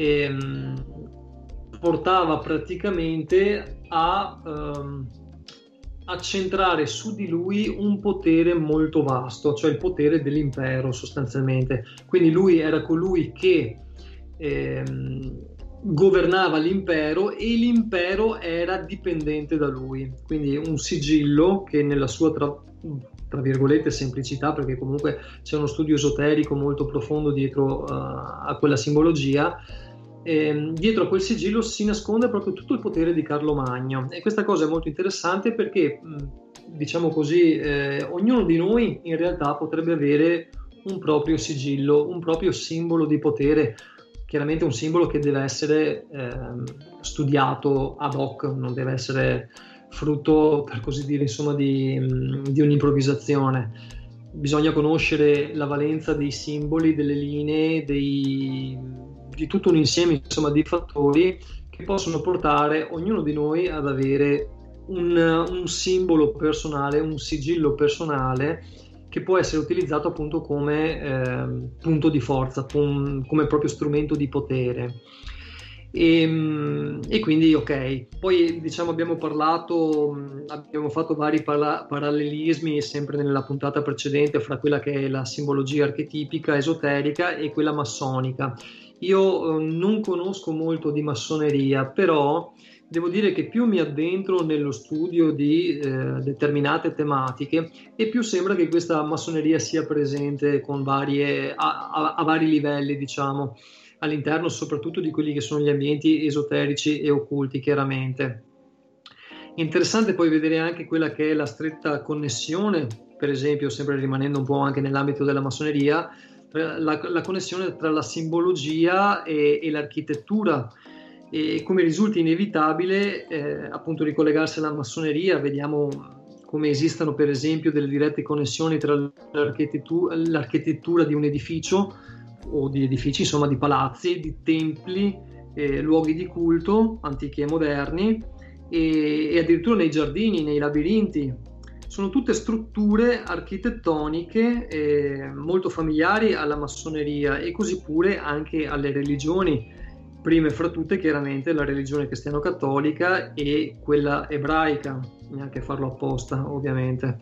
portava praticamente a centrare su di lui un potere molto vasto, cioè il potere dell'impero sostanzialmente. Quindi lui era colui che governava l'impero e l'impero era dipendente da lui. Quindi un sigillo che nella sua tra virgolette semplicità, perché comunque c'è uno studio esoterico molto profondo dietro a quella simbologia, dietro a quel sigillo si nasconde proprio tutto il potere di Carlo Magno. E questa cosa è molto interessante perché diciamo così ognuno di noi in realtà potrebbe avere un proprio sigillo, un proprio simbolo di potere. Chiaramente un simbolo che deve essere studiato ad hoc, non deve essere frutto, per così dire, insomma, di un'improvvisazione. Bisogna conoscere la valenza dei simboli, delle linee, di tutto un insieme, insomma, di fattori che possono portare ognuno di noi ad avere un simbolo personale, un sigillo personale che può essere utilizzato appunto come punto di forza, come proprio strumento di potere. E quindi poi diciamo abbiamo fatto vari parallelismi sempre nella puntata precedente fra quella che è la simbologia archetipica esoterica e quella massonica. Io non conosco molto di massoneria, però devo dire che più mi addentro nello studio di determinate tematiche e più sembra che questa massoneria sia presente con a vari livelli, diciamo, all'interno soprattutto di quelli che sono gli ambienti esoterici e occulti, chiaramente. Interessante poi vedere anche quella che è la stretta connessione, per esempio, sempre rimanendo un po' anche nell'ambito della massoneria, la connessione tra la simbologia e l'architettura, e come risulta inevitabile appunto ricollegarsi alla massoneria. Vediamo come esistano per esempio delle dirette connessioni tra l'architettura di un edificio o di edifici, insomma di palazzi, di templi, luoghi di culto antichi e moderni, e addirittura nei giardini, nei labirinti. Sono tutte strutture architettoniche molto familiari alla massoneria, e così pure anche alle religioni, prime fra tutte chiaramente la religione cristiano-cattolica e quella ebraica, neanche farlo apposta ovviamente.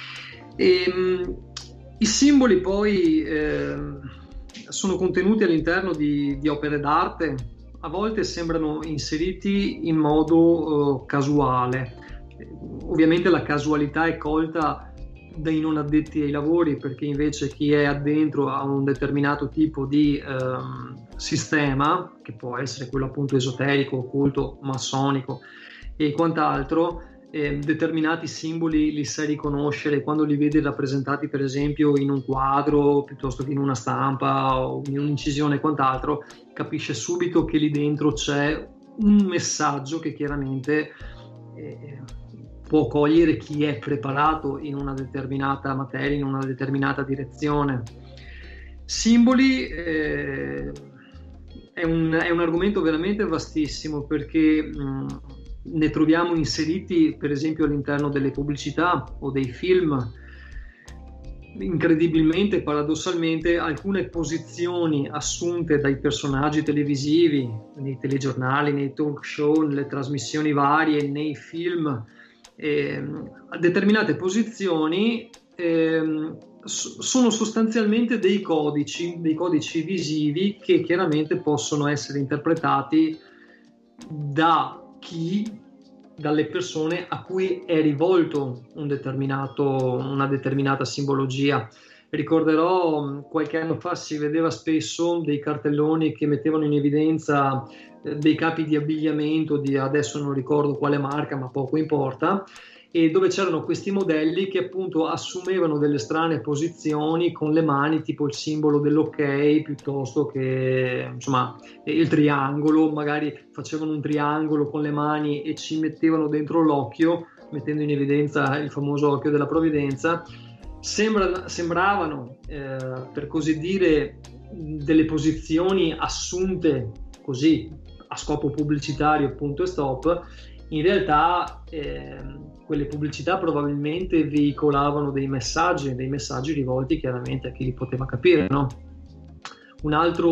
I simboli poi sono contenuti all'interno di opere d'arte, a volte sembrano inseriti in modo casuale. Ovviamente la casualità è colta dai non addetti ai lavori, perché invece chi è addentro a un determinato tipo di sistema, che può essere quello appunto esoterico, occulto, massonico e quant'altro, determinati simboli li sai riconoscere quando li vedi rappresentati per esempio in un quadro piuttosto che in una stampa o in un'incisione e quant'altro. Capisce subito che lì dentro c'è un messaggio che chiaramente può cogliere chi è preparato in una determinata materia, in una determinata direzione. Simboli è un argomento veramente vastissimo, perché ne troviamo inseriti per esempio all'interno delle pubblicità o dei film. Incredibilmente, paradossalmente, alcune posizioni assunte dai personaggi televisivi, nei telegiornali, nei talk show, nelle trasmissioni varie, nei film, determinate posizioni sono sostanzialmente dei codici visivi che chiaramente possono essere interpretati dalle persone a cui è rivolto una determinata simbologia. Ricorderò qualche anno fa si vedeva spesso dei cartelloni che mettevano in evidenza dei capi di abbigliamento adesso non ricordo quale marca, ma poco importa, e dove c'erano questi modelli che appunto assumevano delle strane posizioni con le mani, tipo il simbolo dell'ok, piuttosto che insomma il triangolo. Magari facevano un triangolo con le mani e ci mettevano dentro l'occhio, mettendo in evidenza il famoso occhio della provvidenza. Sembravano per così dire delle posizioni assunte così a scopo pubblicitario, punto e stop. In realtà quelle pubblicità probabilmente veicolavano dei messaggi rivolti chiaramente a chi li poteva capire, no? Un'altra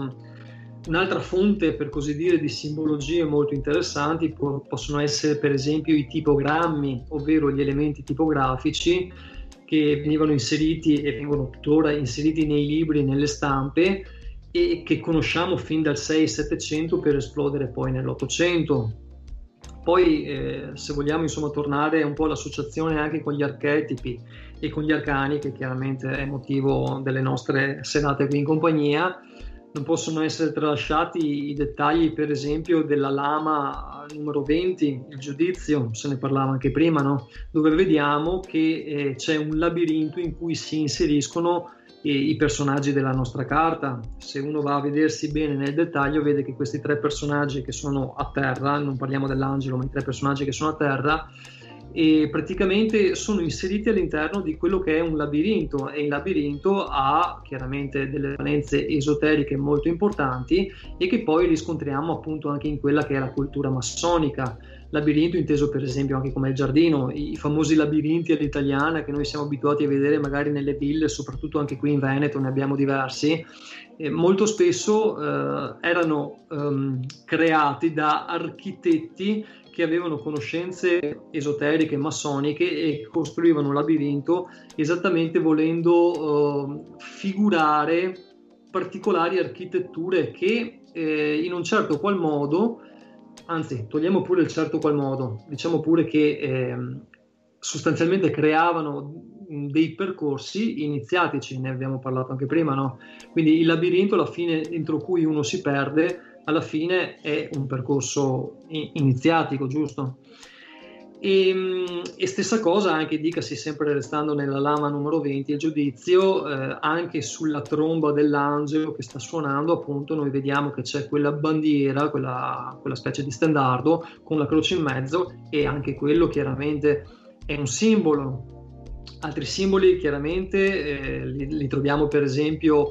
fonte, per così dire, di simbologie molto interessanti possono essere per esempio i tipogrammi, ovvero gli elementi tipografici che venivano inseriti e vengono tuttora inseriti nei libri e nelle stampe, e che conosciamo fin dal 600-700 per esplodere poi nell'800. Poi se vogliamo insomma tornare un po' all'associazione anche con gli archetipi e con gli arcani, che chiaramente è motivo delle nostre serate qui in compagnia, non possono essere tralasciati i dettagli per esempio della lama numero 20, il giudizio, se ne parlava anche prima, no? Dove vediamo che c'è un labirinto in cui si inseriscono i personaggi della nostra carta. Se uno va a vedersi bene nel dettaglio vede che questi tre personaggi che sono a terra, non parliamo dell'angelo ma i tre personaggi che sono a terra, e praticamente sono inseriti all'interno di quello che è un labirinto, e il labirinto ha chiaramente delle valenze esoteriche molto importanti e che poi riscontriamo appunto anche in quella che è la cultura massonica. labirinto inteso per esempio anche come il giardino, i famosi labirinti all'italiana che noi siamo abituati a vedere magari nelle ville, soprattutto anche qui in Veneto ne abbiamo diversi, molto spesso erano creati da architetti che avevano conoscenze esoteriche, massoniche, e costruivano un labirinto esattamente volendo figurare particolari architetture che in un certo qual modo, anzi togliamo pure il certo qual modo, diciamo pure che sostanzialmente creavano dei percorsi iniziatici, ne abbiamo parlato anche prima, no? Quindi il labirinto, alla fine, entro cui uno si perde, alla fine è un percorso iniziatico, giusto? E stessa cosa anche, dicasi sempre restando nella lama numero 20, il giudizio, anche sulla tromba dell'angelo che sta suonando, appunto noi vediamo che c'è quella bandiera, quella specie di stendardo con la croce in mezzo, e anche quello chiaramente è un simbolo. Altri simboli chiaramente li troviamo per esempio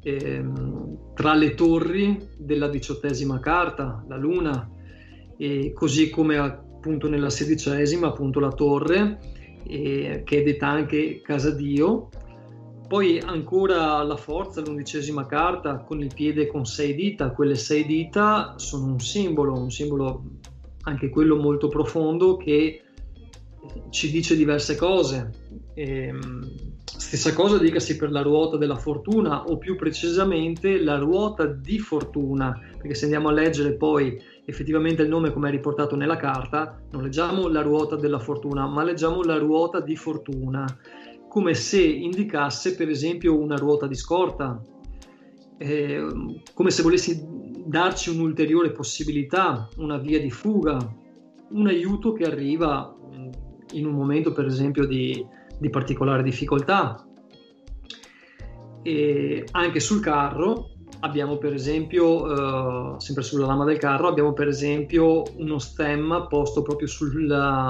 tra le torri della 18ª carta, la luna, e così come appunto nella 16ª, appunto la torre, che è detta anche casa Dio. Poi ancora la forza, l'11ª carta, con il piede con 6 dita. Quelle 6 dita sono un simbolo anche quello molto profondo, che ci dice diverse cose. Stessa cosa dicasi per la ruota della fortuna, o più precisamente la ruota di fortuna, perché se andiamo a leggere poi effettivamente il nome come è riportato nella carta, non leggiamo la ruota della fortuna, ma leggiamo la ruota di fortuna, come se indicasse per esempio una ruota di scorta, come se volessi darci un'ulteriore possibilità, una via di fuga, un aiuto che arriva in un momento per esempio di particolare difficoltà. E anche sul carro abbiamo per esempio, sempre sulla lama del carro, abbiamo per esempio uno stemma posto proprio sul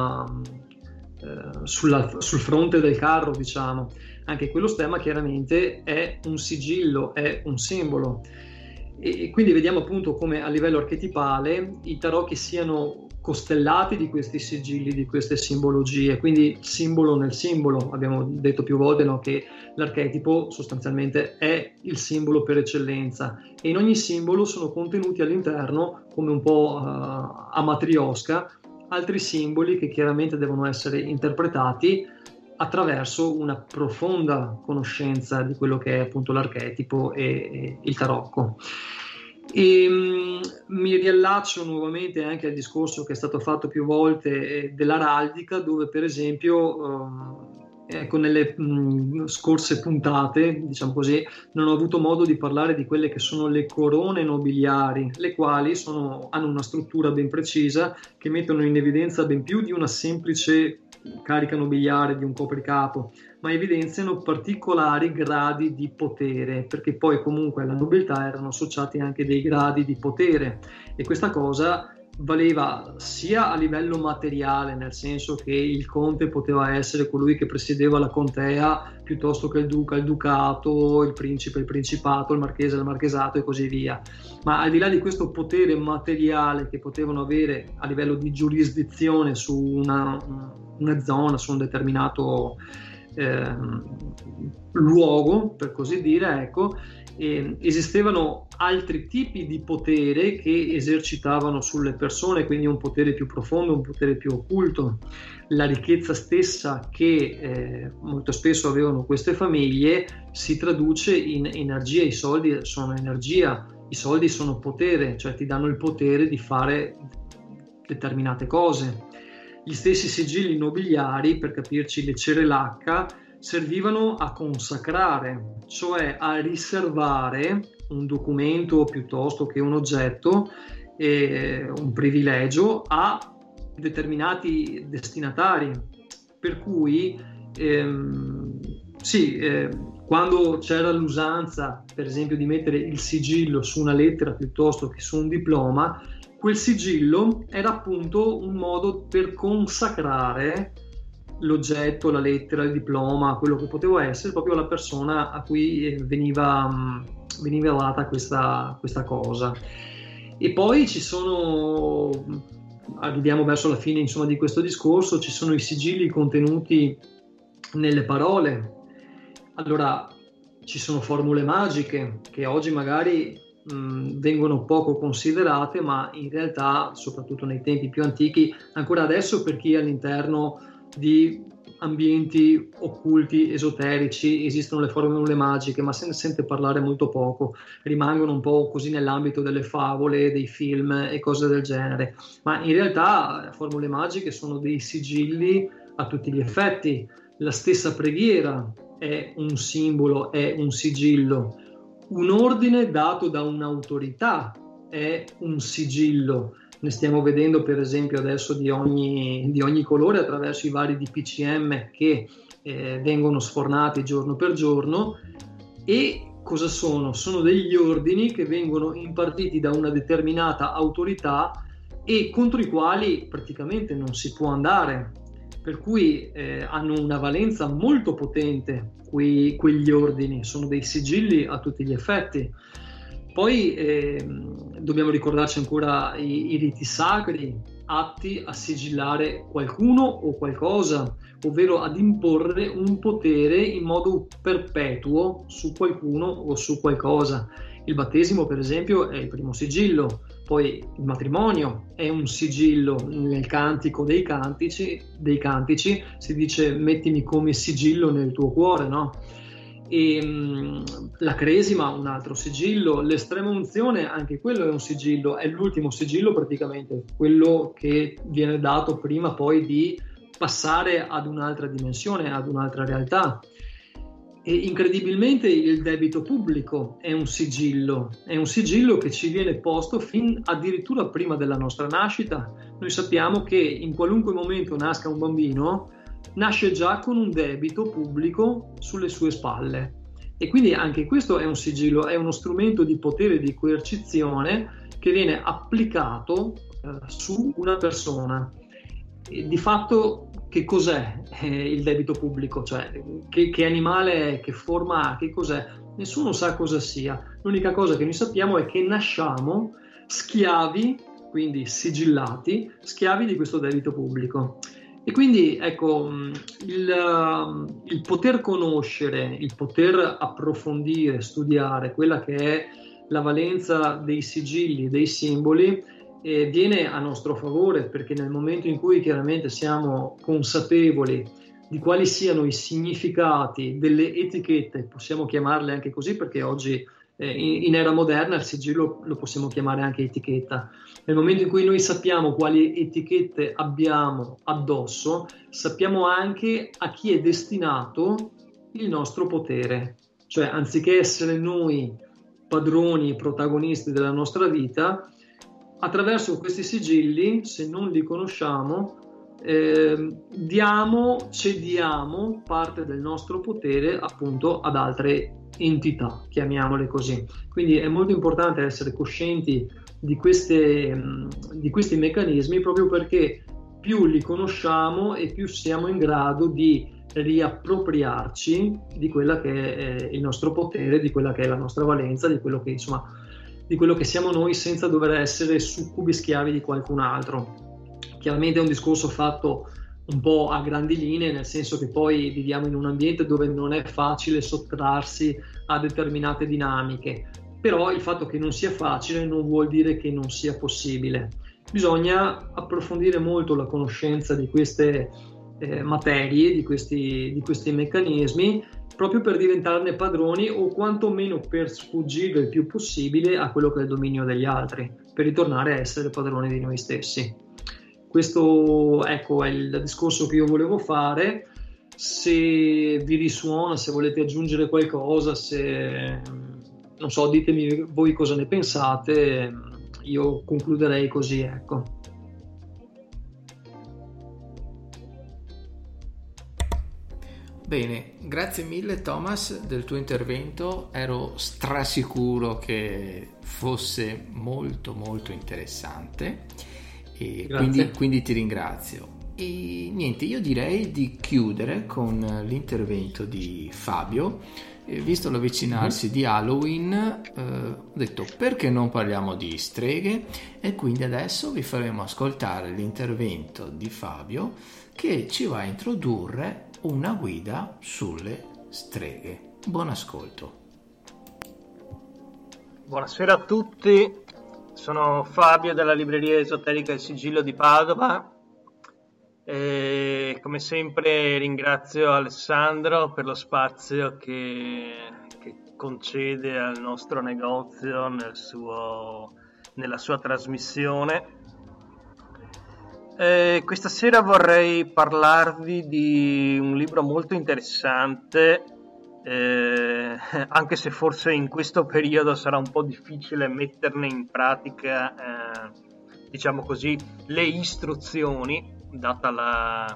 fronte del carro, diciamo. Anche quello stemma chiaramente è un sigillo, è un simbolo, e quindi vediamo appunto come a livello archetipale i tarocchi siano costellati di questi sigilli, di queste simbologie, quindi simbolo nel simbolo. Abbiamo detto più volte, no, che l'archetipo sostanzialmente è il simbolo per eccellenza, e in ogni simbolo sono contenuti all'interno, come un po' a matriosca, altri simboli che chiaramente devono essere interpretati attraverso una profonda conoscenza di quello che è appunto l'archetipo e il tarocco. E mi riallaccio nuovamente anche al discorso che è stato fatto più volte dell'araldica, dove per esempio ecco, nelle scorse puntate, diciamo così, non ho avuto modo di parlare di quelle che sono le corone nobiliari, le quali hanno una struttura ben precisa, che mettono in evidenza ben più di una semplice carica nobiliare, di un copricapo, ma evidenziano particolari gradi di potere, perché poi comunque alla nobiltà erano associati anche dei gradi di potere, e questa cosa valeva sia a livello materiale, nel senso che il conte poteva essere colui che presiedeva la contea, piuttosto che il duca il ducato, il principe il principato, il marchese il marchesato e così via. Ma al di là di questo potere materiale che potevano avere a livello di giurisdizione su una zona, su un determinato luogo, per così dire, ecco, esistevano altri tipi di potere che esercitavano sulle persone, quindi un potere più profondo, un potere più occulto. La ricchezza stessa che molto spesso avevano queste famiglie si traduce in energia. I soldi sono energia, i soldi sono potere, cioè ti danno il potere di fare determinate cose. Gli stessi sigilli nobiliari, per capirci le cerelacca, servivano a consacrare, cioè a riservare un documento piuttosto che un oggetto, un privilegio a determinati destinatari. Per cui quando c'era l'usanza, per esempio, di mettere il sigillo su una lettera piuttosto che su un diploma, quel sigillo era appunto un modo per consacrare l'oggetto, la lettera, il diploma, quello che poteva essere, proprio alla persona a cui veniva data questa cosa. E poi ci sono arriviamo verso la fine, insomma, di questo discorso, ci sono i sigilli contenuti nelle parole. Allora, ci sono formule magiche che oggi magari vengono poco considerate, ma in realtà, soprattutto nei tempi più antichi, ancora adesso per chi è all'interno di ambienti occulti, esoterici, esistono le formule magiche, ma se ne sente parlare molto poco, rimangono un po' così nell'ambito delle favole, dei film e cose del genere. Ma in realtà formule magiche sono dei sigilli a tutti gli effetti. La stessa preghiera è un simbolo, è un sigillo. Un ordine dato da un'autorità è un sigillo. Ne stiamo vedendo per esempio adesso di ogni colore attraverso i vari DPCM che vengono sfornati giorno per giorno. E cosa sono? Sono degli ordini che vengono impartiti da una determinata autorità e contro i quali praticamente non si può andare, per cui hanno una valenza molto potente quegli ordini, sono dei sigilli a tutti gli effetti. Poi dobbiamo ricordarci ancora i riti sacri atti a sigillare qualcuno o qualcosa, ovvero ad imporre un potere in modo perpetuo su qualcuno o su qualcosa. Il battesimo, per esempio, è il primo sigillo, poi il matrimonio è un sigillo. Nel cantico dei cantici si dice mettimi come sigillo nel tuo cuore, no? E la cresima, un altro sigillo, l'estrema unzione, anche quello è un sigillo, è l'ultimo sigillo praticamente, quello che viene dato prima poi di passare ad un'altra dimensione, ad un'altra realtà. E incredibilmente il debito pubblico è un sigillo che ci viene posto fin addirittura prima della nostra nascita. Noi sappiamo che in qualunque momento nasca un bambino, nasce già con un debito pubblico sulle sue spalle, e quindi anche questo è un sigillo, è uno strumento di potere, di coercizione che viene applicato su una persona. E di fatto che cos'è il debito pubblico? Cioè che animale è, che forma ha, che cos'è? Nessuno sa cosa sia. L'unica cosa che noi sappiamo è che nasciamo schiavi, quindi sigillati, schiavi di questo debito pubblico. E quindi ecco, il poter conoscere, il poter approfondire, studiare quella che è la valenza dei sigilli, dei simboli, viene a nostro favore, perché nel momento in cui chiaramente siamo consapevoli di quali siano i significati delle etichette, possiamo chiamarle anche così perché oggi in era moderna il sigillo lo possiamo chiamare anche etichetta. Nel momento in cui noi sappiamo quali etichette abbiamo addosso, sappiamo anche a chi è destinato il nostro potere. Cioè, anziché essere noi padroni e protagonisti della nostra vita, attraverso questi sigilli, se non li conosciamo, cediamo parte del nostro potere appunto ad altre entità, chiamiamole così. Quindi è molto importante essere coscienti di questi meccanismi, proprio perché più li conosciamo e più siamo in grado di riappropriarci di quella che è il nostro potere, di quella che è la nostra valenza, di quello che insomma di quello che siamo noi, senza dover essere succubi schiavi di qualcun altro. Chiaramente è un discorso fatto un po' a grandi linee, nel senso che poi viviamo in un ambiente dove non è facile sottrarsi a determinate dinamiche, però il fatto che non sia facile non vuol dire che non sia possibile. Bisogna approfondire molto la conoscenza di queste materie, di questi meccanismi, proprio per diventarne padroni o quantomeno per sfuggire il più possibile a quello che è il dominio degli altri, per ritornare a essere padroni di noi stessi. Questo, ecco, è il discorso che io volevo fare. Se vi risuona, se volete aggiungere qualcosa, se non so, ditemi voi cosa ne pensate. Io concluderei così, ecco. Bene, grazie mille Thomas del tuo intervento, ero strasicuro che fosse molto molto interessante e quindi ti ringrazio. E niente, io direi di chiudere con l'intervento di Fabio visto l'avvicinarsi di Halloween, ho detto perché non parliamo di streghe, e quindi adesso vi faremo ascoltare l'intervento di Fabio che ci va a introdurre una guida sulle streghe. Buon ascolto. Buonasera a tutti, sono Fabio della libreria esoterica Il Sigillo di Padova e come sempre ringrazio Alessandro per lo spazio che concede al nostro negozio nella sua trasmissione. Questa sera vorrei parlarvi di un libro molto interessante, anche se forse in questo periodo sarà un po' difficile metterne in pratica, diciamo così, le istruzioni, data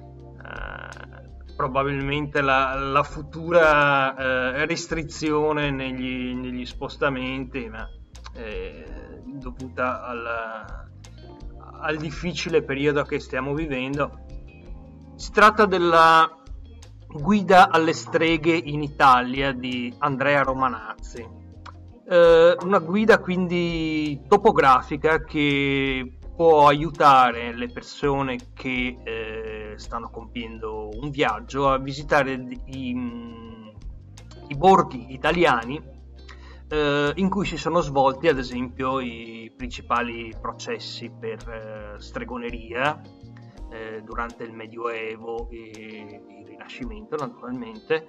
probabilmente la futura restrizione negli spostamenti, ma dovuta al difficile periodo che stiamo vivendo. Si tratta della Guida alle streghe in Italia di Andrea Romanazzi, una guida quindi topografica che può aiutare le persone che stanno compiendo un viaggio a visitare i borghi italiani in cui si sono svolti ad esempio i principali processi per stregoneria durante il Medioevo e il Rinascimento, naturalmente,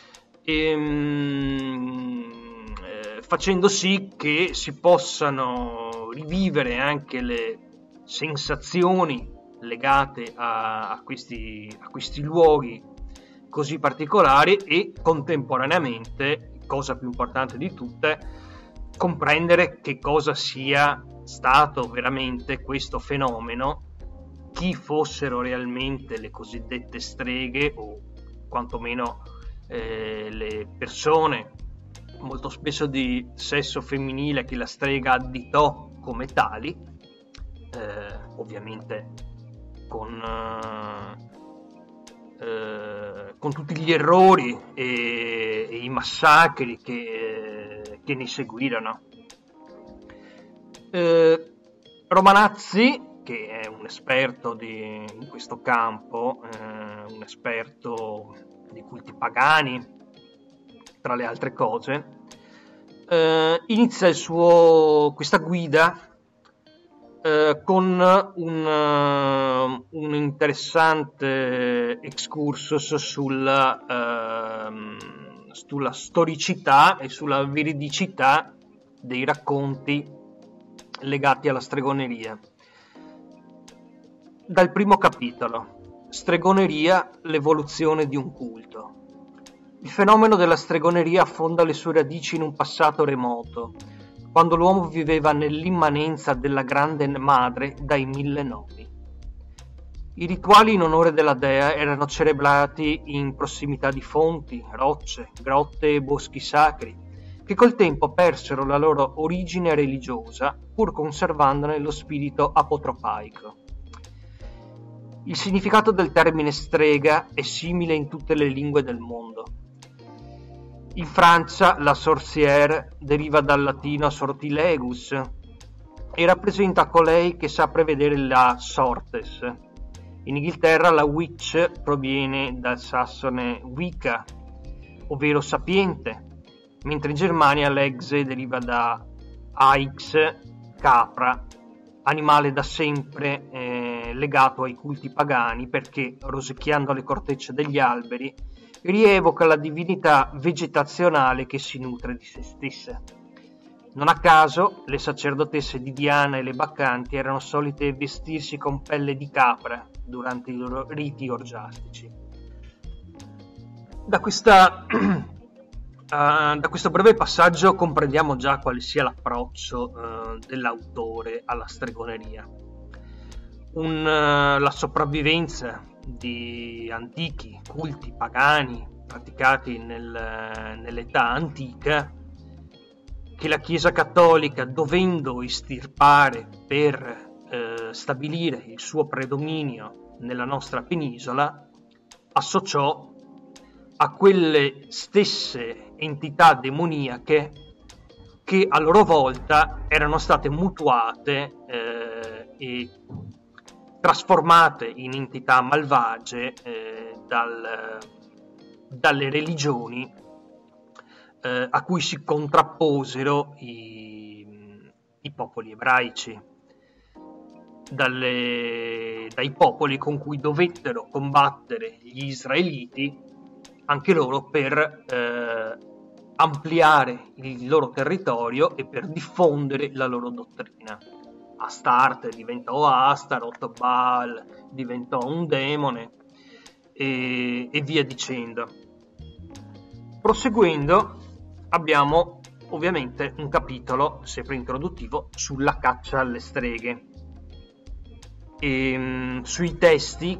facendo sì che si possano rivivere anche le sensazioni legate a questi luoghi così particolari e contemporaneamente, cosa più importante di tutte, comprendere che cosa sia stato veramente questo fenomeno, chi fossero realmente le cosiddette streghe o quantomeno le persone molto spesso di sesso femminile che la strega additò come tali, ovviamente con tutti gli errori e i massacri che ne seguirono. Romanazzi, che è un esperto in questo campo, un esperto di culti pagani, tra le altre cose, inizia questa guida con un interessante excursus sulla storicità e sulla veridicità dei racconti legati alla stregoneria. Dal primo capitolo, Stregoneria, l'evoluzione di un culto. Il fenomeno della stregoneria affonda le sue radici in un passato remoto, quando l'uomo viveva nell'immanenza della grande madre dai 1000 nomi. I rituali in onore della dea erano celebrati in prossimità di fonti, rocce, grotte e boschi sacri, che col tempo persero la loro origine religiosa, pur conservandone lo spirito apotropaico. Il significato del termine strega è simile in tutte le lingue del mondo. In Francia la sorcière deriva dal latino sortilegus e rappresenta colei che sa prevedere la sortes. In Inghilterra la witch proviene dal sassone Wicca, ovvero sapiente, mentre in Germania l'Hexe deriva da Aix, capra, animale da sempre legato ai culti pagani perché, rosicchiando le cortecce degli alberi, rievoca la divinità vegetazionale che si nutre di se stessa. Non a caso, le sacerdotesse di Diana e le baccanti erano solite vestirsi con pelle di capra durante i loro riti orgiastici. Da questo breve passaggio comprendiamo già quale sia l'approccio dell'autore alla stregoneria. La sopravvivenza di antichi culti pagani praticati nell'età antica, che la Chiesa Cattolica, dovendo estirpare per stabilire il suo predominio nella nostra penisola, associò a quelle stesse entità demoniache che a loro volta erano state mutuate e trasformate in entità malvagie dalle religioni a cui si contrapposero i popoli ebraici, dai popoli con cui dovettero combattere gli israeliti, anche loro per ampliare il loro territorio e per diffondere la loro dottrina. Astarte diventò Astaroth, Baal diventò un demone e via dicendo. Proseguendo, abbiamo ovviamente un capitolo sempre introduttivo sulla caccia alle streghe e sui testi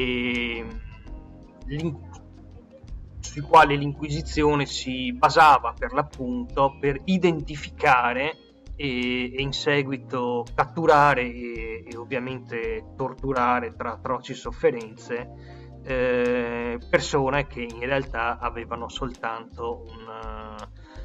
sui quali l'Inquisizione si basava per l'appunto per identificare e in seguito catturare e ovviamente torturare tra atroci sofferenze persone che in realtà avevano soltanto un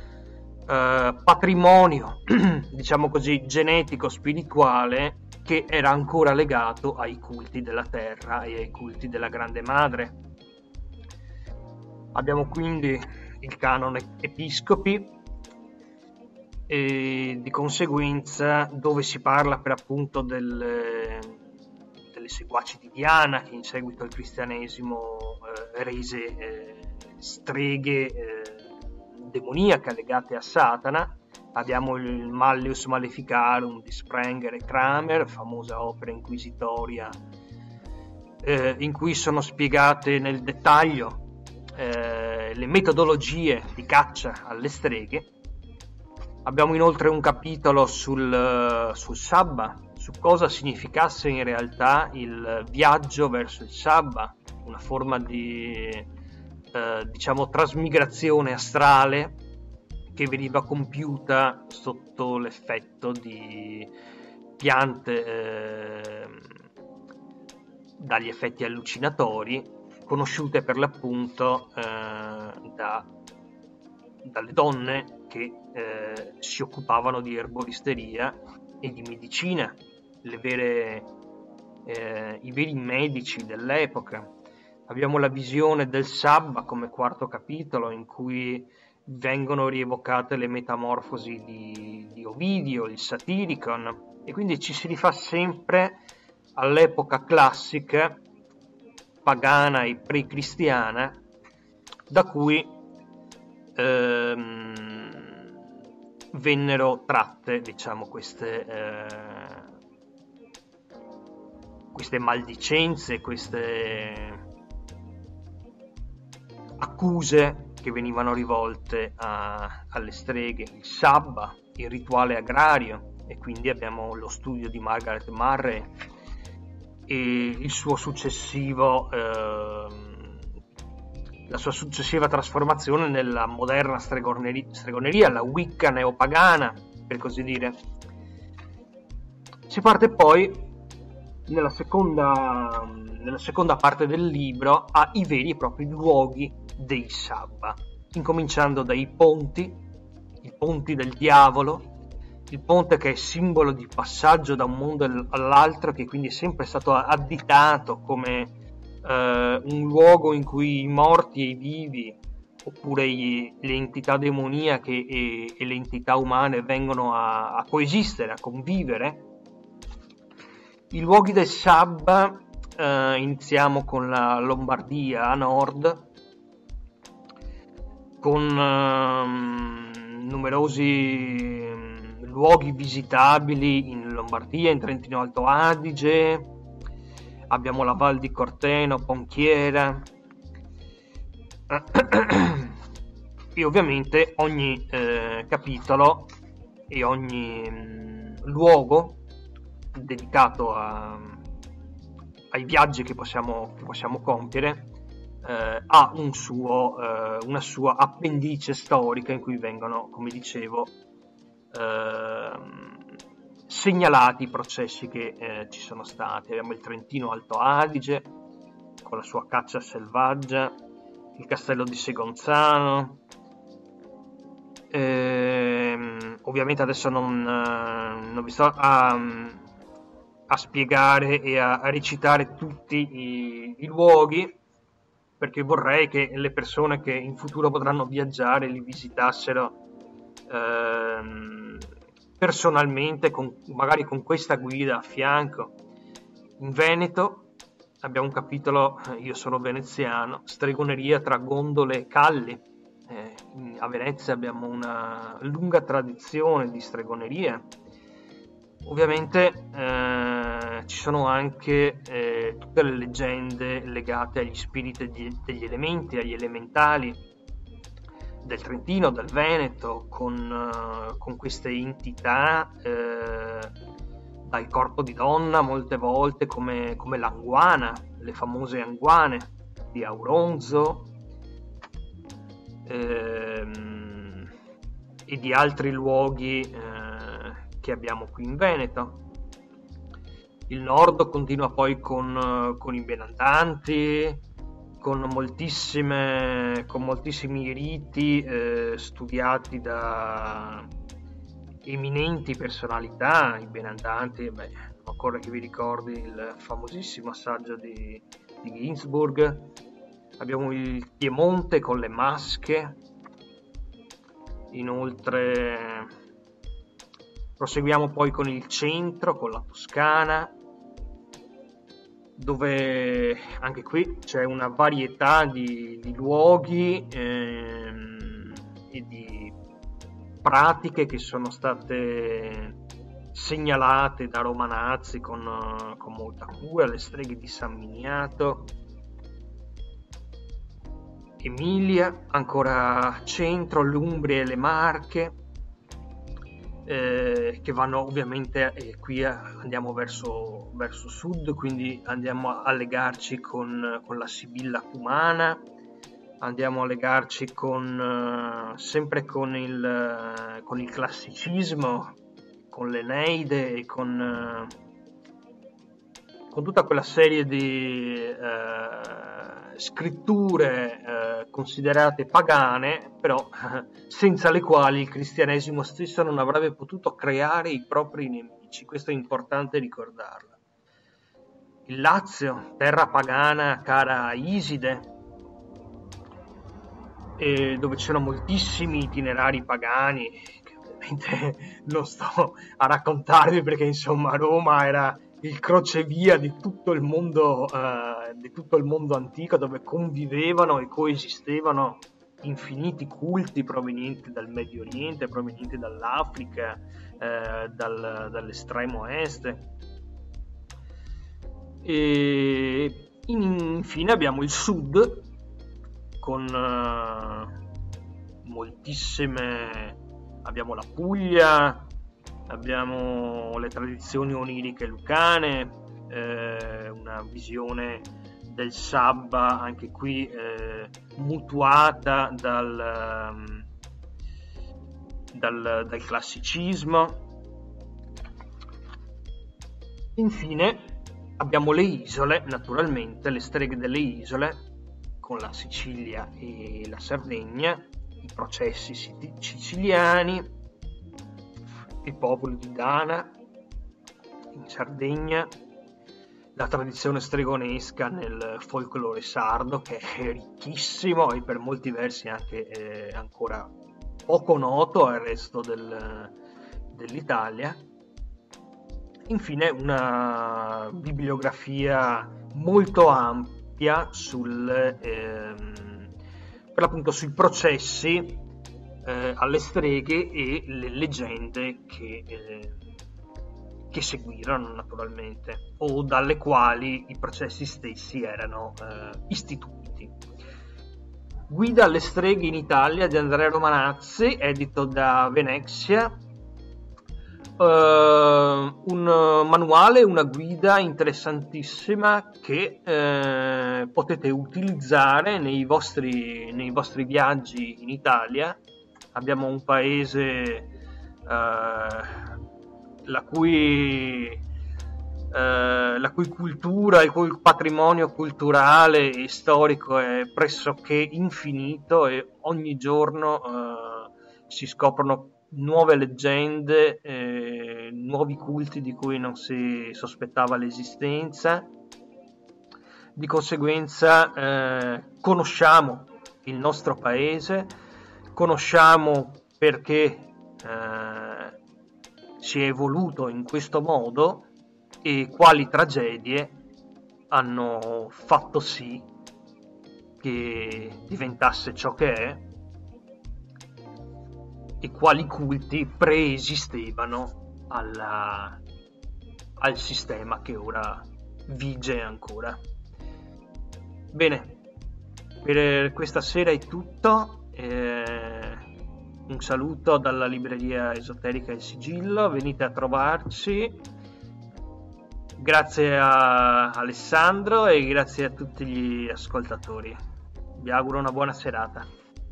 patrimonio, diciamo così, genetico spirituale che era ancora legato ai culti della terra e ai culti della Grande Madre. Abbiamo quindi il canone Episcopi e di conseguenza dove si parla per appunto delle seguaci di Diana, che in seguito al cristianesimo rese streghe demoniache legate a Satana. Abbiamo il Malleus Maleficarum di Sprenger e Kramer, famosa opera inquisitoria in cui sono spiegate nel dettaglio le metodologie di caccia alle streghe. Abbiamo inoltre un capitolo sul Sabba, su cosa significasse in realtà il viaggio verso il Sabba, una forma di diciamo trasmigrazione astrale che veniva compiuta sotto l'effetto di piante dagli effetti allucinatori, conosciute per l'appunto dalle donne che si occupavano di erboristeria e di medicina, i veri medici dell'epoca. Abbiamo la visione del Sabba come quarto capitolo, in cui vengono rievocate le metamorfosi di Ovidio, il Satiricon, e quindi ci si rifà sempre all'epoca classica, pagana e pre-cristiana, da cui vennero tratte, diciamo, queste maldicenze, queste accuse che venivano rivolte alle streghe. Il Sabba, il rituale agrario, e quindi abbiamo lo studio di Margaret Murray e il suo successivo la sua successiva trasformazione nella moderna stregoneria, la Wicca neopagana, per così dire. Si parte poi nella seconda parte del libro ai veri e propri luoghi dei Sabba, incominciando dai ponti, i ponti del diavolo, il ponte che è simbolo di passaggio da un mondo all'altro, che quindi è sempre stato additato come un luogo in cui i morti e i vivi, oppure le entità demoniache e le entità umane vengono a coesistere, a convivere. I luoghi del Sabba, iniziamo con la Lombardia a nord, con numerosi luoghi visitabili in Lombardia, in Trentino Alto Adige. Abbiamo la Val di Corteno, Ponchiera e ovviamente ogni capitolo e ogni luogo dedicato ai viaggi che possiamo compiere ha una sua appendice storica in cui vengono, come dicevo, segnalati i processi che ci sono stati. Abbiamo il Trentino Alto Adige con la sua caccia selvaggia, il castello di Segonzano. Ovviamente adesso non vi sto a spiegare e a recitare tutti i luoghi, perché vorrei che le persone che in futuro potranno viaggiare li visitassero personalmente, magari con questa guida a fianco. In Veneto abbiamo un capitolo, io sono veneziano, stregoneria tra gondole e calli. A Venezia abbiamo una lunga tradizione di stregoneria. Ovviamente ci sono anche tutte le leggende legate agli spiriti degli elementi, agli elementali del Trentino, del Veneto, con queste entità dal corpo di donna molte volte, come l'anguana, le famose anguane di Auronzo, e di altri luoghi che abbiamo qui in Veneto. Il nord continua poi con i benandanti, con moltissimi riti studiati da eminenti personalità. I benandanti, occorre che vi ricordi il famosissimo assaggio di Ginzburg. Abbiamo il Piemonte con le masche. Inoltre proseguiamo poi con il centro, con la Toscana, dove anche qui c'è una varietà di luoghi e di pratiche che sono state segnalate da Romanazzi con molta cura, le streghe di San Miniato. Emilia, ancora centro, l'Umbria e le Marche, che vanno ovviamente, qui andiamo verso sud, quindi andiamo a legarci con la Sibilla Cumana, andiamo a legarci sempre con il classicismo, con l'Eneide e con tutta quella serie di scritture considerate pagane, però senza le quali il cristianesimo stesso non avrebbe potuto creare i propri nemici. Questo è importante ricordarlo. Il Lazio, terra pagana cara a Iside, dove c'erano moltissimi itinerari pagani, che ovviamente non sto a raccontarvi, perché insomma Roma era il crocevia di tutto il mondo antico, dove convivevano e coesistevano infiniti culti provenienti dal Medio Oriente, provenienti dall'Africa, dall'estremo est. E infine abbiamo il sud, con abbiamo la Puglia, abbiamo le tradizioni oniriche lucane, una visione del sabba anche qui mutuata dal classicismo. Infine abbiamo le isole, naturalmente, le streghe delle isole, con la Sicilia e la Sardegna, i processi siciliani, i popoli di Dana in Sardegna, la tradizione stregonesca nel folklore sardo, che è ricchissimo e per molti versi anche ancora poco noto al resto dell'Italia. Infine una bibliografia molto ampia per l'appunto sui processi alle streghe e le leggende che seguirono, naturalmente, o dalle quali i processi stessi erano istituiti. Guida alle streghe in Italia di Andrea Romanazzi, edito da Venezia, un manuale, una guida interessantissima che potete utilizzare nei vostri viaggi in Italia. Abbiamo un paese la cui la cui cultura, il cui patrimonio culturale e storico è pressoché infinito, e ogni giorno si scoprono nuove leggende, nuovi culti di cui non si sospettava l'esistenza. Di conseguenza conosciamo il nostro paese, conosciamo perché si è evoluto in questo modo e quali tragedie hanno fatto sì che diventasse ciò che è, e quali culti preesistevano al sistema che ora vige ancora. Bene, per questa sera è tutto. Un saluto dalla libreria esoterica Il Sigillo, venite a trovarci. Grazie a Alessandro e grazie a tutti gli ascoltatori. Vi auguro una buona serata.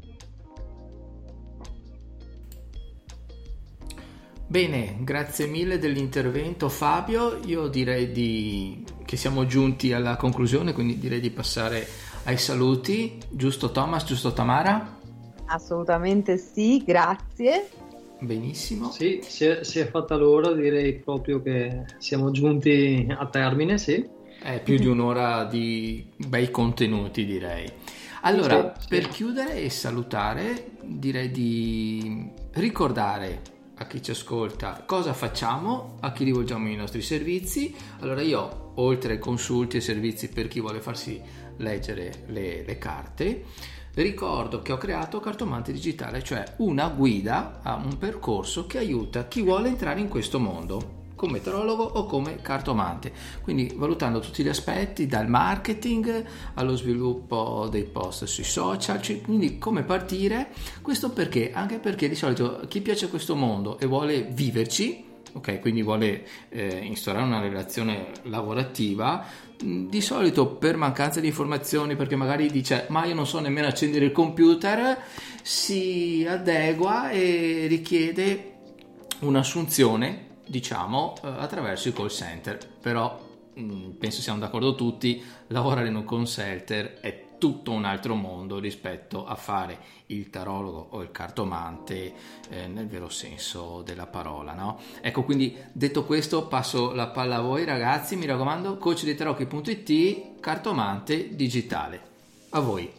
Bene, grazie mille dell'intervento Fabio. Io direi che siamo giunti alla conclusione, quindi direi di passare ai saluti. Giusto Thomas, giusto Tamara? Assolutamente sì, grazie. Benissimo. Sì, si è fatta l'ora, direi proprio che siamo giunti a termine, sì. È più di un'ora di bei contenuti, direi. Allora, Sì. Per chiudere e salutare, direi di ricordare a chi ci ascolta cosa facciamo, a chi rivolgiamo i nostri servizi. Allora io, oltre ai consulti e servizi per chi vuole farsi leggere le carte, ricordo che ho creato Cartomante Digitale, cioè una guida a un percorso che aiuta chi vuole entrare in questo mondo come tarologo o come cartomante, quindi valutando tutti gli aspetti, dal marketing allo sviluppo dei post sui social, quindi come partire. Questo perché? Anche perché di solito chi piace questo mondo e vuole viverci, ok, quindi vuole instaurare una relazione lavorativa, di solito per mancanza di informazioni, perché magari dice ma io non so nemmeno accendere il computer, si adegua e richiede un'assunzione, diciamo, attraverso i call center. Però penso siamo d'accordo tutti, lavorare in un call center è tutto un altro mondo rispetto a fare il tarologo o il cartomante nel vero senso della parola, no? Ecco, quindi detto questo passo la palla a voi ragazzi, mi raccomando, coachdeitarocchi.it, cartomante digitale. A voi.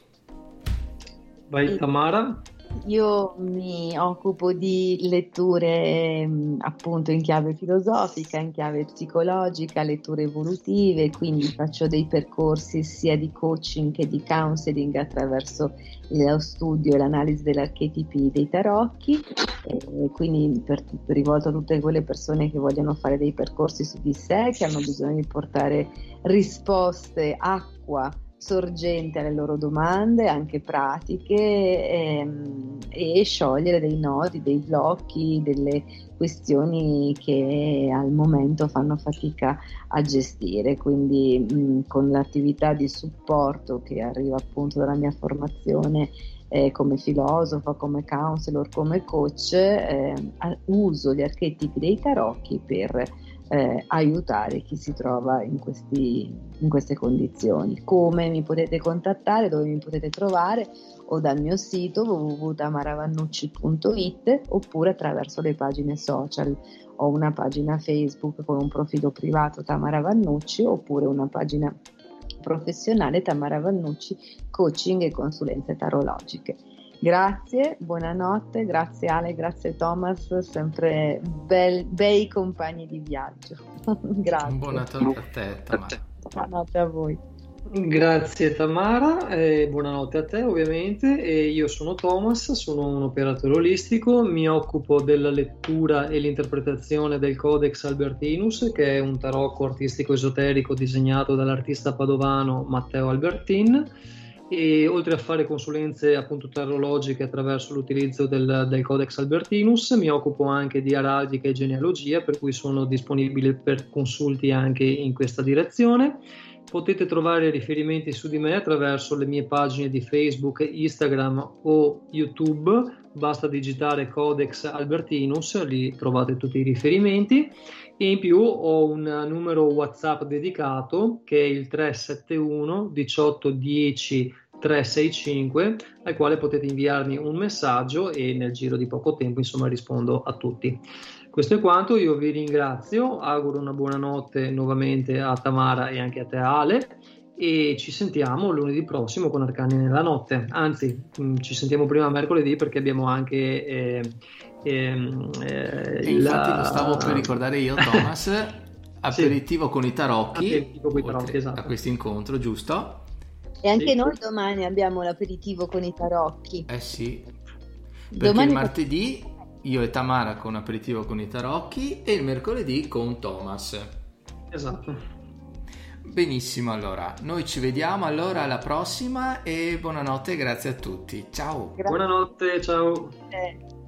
Vai Tamara. Io mi occupo di letture appunto in chiave filosofica, in chiave psicologica, letture evolutive, quindi faccio dei percorsi sia di coaching che di counseling attraverso lo studio e l'analisi degli archetipi dei tarocchi, quindi rivolto a tutte quelle persone che vogliono fare dei percorsi su di sé, che hanno bisogno di portare risposte, acqua sorgente alle loro domande, anche pratiche, e sciogliere dei nodi, dei blocchi, delle questioni che al momento fanno fatica a gestire. Quindi con l'attività di supporto che arriva appunto dalla mia formazione come filosofa, come counselor, come coach, uso gli archetipi dei tarocchi per aiutare chi si trova in queste condizioni. Come mi potete contattare, dove mi potete trovare? O dal mio sito www.tamaravannucci.it oppure attraverso le pagine social. Ho una pagina Facebook con un profilo privato Tamara Vannucci, oppure una pagina professionale Tamara Vannucci Coaching e Consulenze Tarologiche. Grazie, buonanotte, grazie Ale, grazie Thomas, sempre bei compagni di viaggio. Grazie. Buonanotte a te, Tamara. Buonanotte a voi. Grazie Tamara, e buonanotte a te ovviamente. E io sono Thomas, sono un operatore olistico, mi occupo della lettura e l'interpretazione del Codex Albertinus, che è un tarocco artistico esoterico disegnato dall'artista padovano Matteo Albertin. E oltre a fare consulenze appunto tarologiche attraverso l'utilizzo del Codex Albertinus, mi occupo anche di araldica e genealogia, per cui sono disponibile per consulti anche in questa direzione. potete trovare riferimenti su di me attraverso le mie pagine di Facebook, Instagram o YouTube. Basta digitare Codex Albertinus, lì trovate tutti i riferimenti. E in più ho un numero WhatsApp dedicato che è il 371 18 10 365, al quale potete inviarmi un messaggio e nel giro di poco tempo, insomma, rispondo a tutti. Questo è quanto, io vi ringrazio, auguro una buona notte nuovamente a Tamara e anche a te Ale, e ci sentiamo lunedì prossimo con Arcani nella notte, anzi ci sentiamo prima mercoledì perché abbiamo anche infatti lo stavo per ricordare io, Thomas, aperitivo sì, con i tarocchi, esatto, a questo incontro, giusto? E anche noi domani abbiamo l'aperitivo con i tarocchi. Sì, perché il martedì io e Tamara con aperitivo con i tarocchi e il mercoledì con Thomas. Esatto. Benissimo, allora noi ci vediamo allora alla prossima e buonanotte, grazie a tutti, ciao. Buonanotte, ciao.